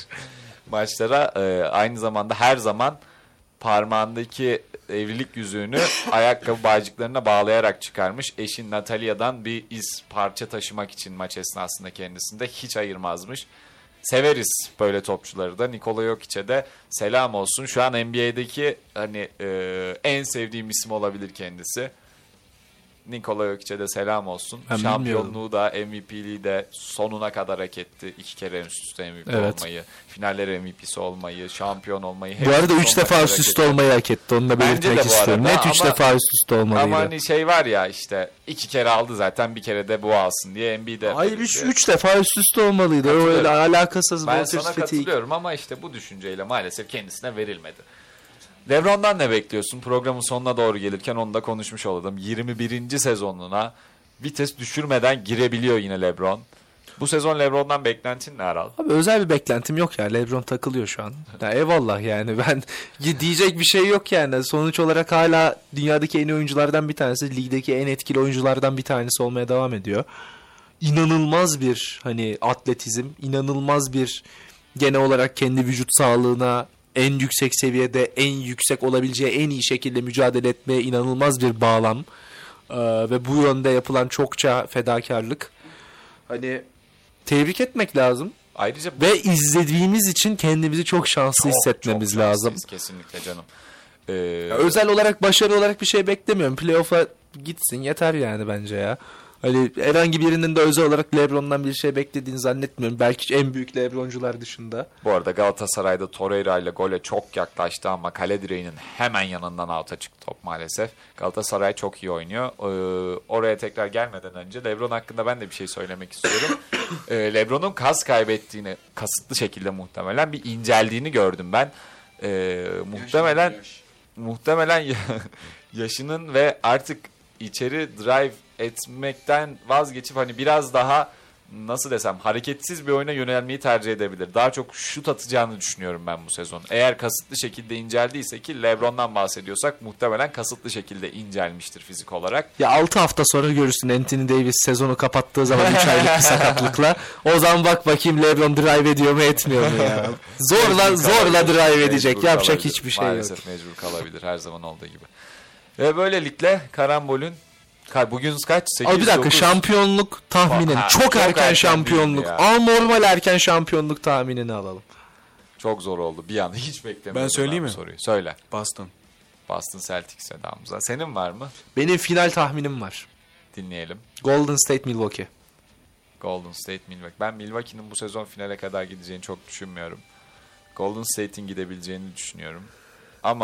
Maçlara e, aynı zamanda her zaman parmağındaki evlilik yüzüğünü ayakkabı bağcıklarına bağlayarak çıkarmış. Eşin Natalia'dan bir iz parça taşımak için maç esnasında kendisinde hiç ayırmazmış. Severiz böyle topçuları da. Nikola Jokic'e de selam olsun. Şu an N B A'deki hani e, en sevdiğim isim olabilir kendisi. Nikola Jokic'e de selam olsun. Ben Şampiyonluğu da M V P'liği de sonuna kadar hak etti. İki kere üst üste M V P Evet. olmayı, finaller M V P'si olmayı, şampiyon olmayı. Bu arada hepsini üç sonuna defa kadar üst hak üste etti. olmayı hak etti. Onu da Bence belirtmek de bu istiyorum. arada Net üç ama- defa üst üste olmalıydı. Ama hani şey var ya işte iki kere aldı zaten bir kere de bu alsın diye N B A'de. Hayır üç üç defa üst üste olmalıydı. Katılıyorum. Öyle alakasız. Ben Walters sana fatigue. katılıyorum ama işte bu düşünceyle maalesef kendisine verilmedi. LeBron'dan ne bekliyorsun? Programın sonuna doğru gelirken onu da konuşmuş olalım. yirmi birinci sezonuna vites düşürmeden girebiliyor yine LeBron. Bu sezon LeBron'dan beklentin ne Aral? Abi özel bir beklentim yok ya. LeBron takılıyor şu an. Ya eyvallah yani. Ben diyecek bir şey yok yani. Sonuç olarak hala dünyadaki en iyi oyunculardan bir tanesi. Ligdeki en etkili oyunculardan bir tanesi olmaya devam ediyor. İnanılmaz bir hani atletizm. İnanılmaz bir genel olarak kendi vücut sağlığına en yüksek seviyede en yüksek olabileceği en iyi şekilde mücadele etmeye inanılmaz bir bağlam. Ee, ve bu yönde yapılan çokça fedakarlık. Hani tebrik etmek lazım. Ayrıca bu Ve izlediğimiz için kendimizi çok şanslı çok, hissetmemiz çok lazım. şanslıyız kesinlikle canım. Ee, Ya özel olarak başarı olarak bir şey beklemiyorum. Playoff'a gitsin yeter yani bence ya. Hani herhangi birinin de özel olarak LeBron'dan bir şey beklediğini zannetmiyorum. Belki en büyük LeBron'cular dışında. Bu arada Galatasaray'da Torreira ile gole çok yaklaştı ama kale direğinin hemen yanından out'a çıktı top maalesef. Galatasaray çok iyi oynuyor. Ee, oraya tekrar gelmeden önce LeBron hakkında ben de bir şey söylemek istiyorum. ee, LeBron'un kas kaybettiğini kasıtlı şekilde muhtemelen bir inceldiğini gördüm ben. Ee, muhtemelen muhtemelen yaşının ve artık içeri drive etmekten vazgeçip hani biraz daha nasıl desem hareketsiz bir oyuna yönelmeyi tercih edebilir. Daha çok şut atacağını düşünüyorum ben bu sezon. Eğer kasıtlı şekilde inceldiyse ki LeBron'dan bahsediyorsak muhtemelen kasıtlı şekilde incelmiştir fizik olarak. Ya altı hafta sonra görürsün Anthony Davis sezonu kapattığı zaman üç aylık bir sakatlıkla. O zaman bak bakayım LeBron drive ediyor mu etmiyor mu ya. Zorla zorla drive edecek. Mecbur Yapacak kalabilir. hiçbir şey Maalesef yok. mecbur kalabilir her zaman olduğu gibi. Ve böylelikle karambolün bugün kaç? sekiz, Abi bir dakika dokuz şampiyonluk tahminin. Ha, çok, çok erken, erken şampiyonluk. değil mi ya? Anormal erken şampiyonluk tahminini alalım. Çok zor oldu. Bir anda hiç beklemiyorum. Ben söyleyeyim bu mi? Soruyu. Söyle. Boston. Boston Celtics vedamıza. Senin var mı? Benim final tahminim var. Dinleyelim. Golden State Milwaukee. Golden State Milwaukee. Ben Milwaukee'nin bu sezon finale kadar gideceğini çok düşünmüyorum. Golden State'in gidebileceğini düşünüyorum. Ama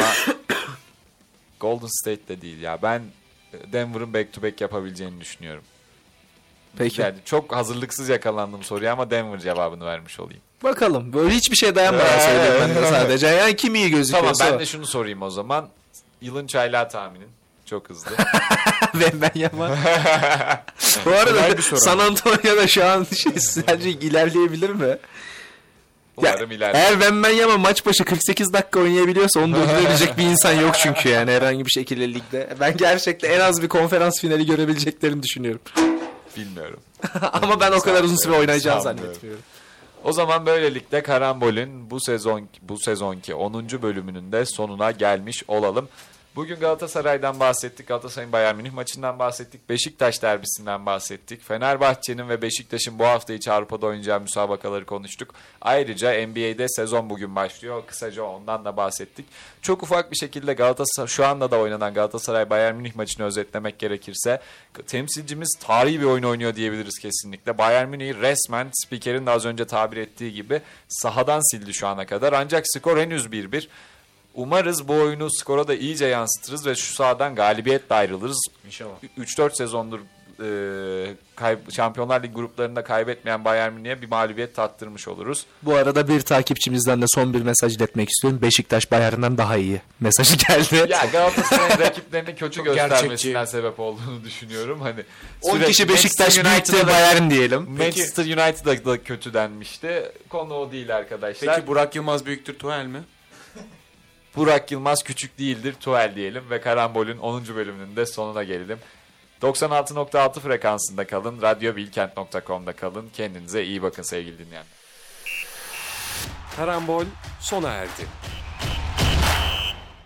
Golden State de değil ya. Ben Denver'ın back to back yapabileceğini düşünüyorum. Peki. Yani çok hazırlıksız yakalandım soruya ama Denver cevabını vermiş olayım. Bakalım. Böyle hiçbir şey dayanmadan Ee, söyleyeyim ben de sadece. Yani kim iyi gözüküyorsa. Tamam ben o. de şunu sorayım o zaman. Yılın çaylağı tahminin. Çok hızlı. ben ben yapmam. Bu Kolay arada bir soru. San Antonio'da şu an şey sence ilerleyebilir mi? Umarım Ya, ileride. eğer ben ben yama maç başı kırk sekiz dakika oynayabiliyorsa onu durdurabilecek bir insan yok çünkü yani herhangi bir şekilde ligde. Ben gerçekten en az bir konferans finali görebileceklerini düşünüyorum. Bilmiyorum. Ama ben o kadar uzun süre oynayacağını Sanmıyorum. zannetmiyorum. O zaman böylelikle Karambol'ün bu sezon bu sezonki onuncu bölümünün de sonuna gelmiş olalım. Bugün Galatasaray'dan bahsettik. Galatasaray'ın Bayern Münih maçından bahsettik. Beşiktaş derbisinden bahsettik. Fenerbahçe'nin ve Beşiktaş'ın bu hafta içi Avrupa'da oynayacağı müsabakaları konuştuk. Ayrıca N B A'de sezon bugün başlıyor. Kısaca ondan da bahsettik. Çok ufak bir şekilde Galatasaray şu anda da oynanan Galatasaray Bayern Münih maçını özetlemek gerekirse temsilcimiz tarihi bir oyun oynuyor diyebiliriz kesinlikle. Bayern Münih'i resmen spikerin de az önce tabir ettiği gibi sahadan sildi şu ana kadar. Ancak skor henüz bir bir. Umarız bu oyunu skora da iyice yansıtırız ve şu sahadan galibiyetle ayrılırız. İnşallah. üç dört sezondur e, kay- Şampiyonlar Ligi gruplarında kaybetmeyen Bayern Münih'e bir mağlubiyet tattırmış oluruz. Bu arada bir takipçimizden de son bir mesaj iletmek istiyorum. Beşiktaş Bayern'den daha iyi mesajı geldi. Ya Galatasaray'ın rakiplerini kötü Çok göstermesinden gerçekçi. sebep olduğunu düşünüyorum. Hani on sürekli kişi Beşiktaş Manchester büyükte United'a da- Bayern diyelim. Manchester United'a da kötü denmişti. Konu o değil arkadaşlar. Peki Burak Yılmaz büyüktür Tuhel mi? Burak Yılmaz küçük değildir, Tuhel diyelim ve Karambol'ün onuncu bölümünün de sonuna gelelim. doksan altı nokta altı frekansında kalın, radyo bilkent nokta com'da kalın. Kendinize iyi bakın sevgili dinleyenler. Karambol sona erdi.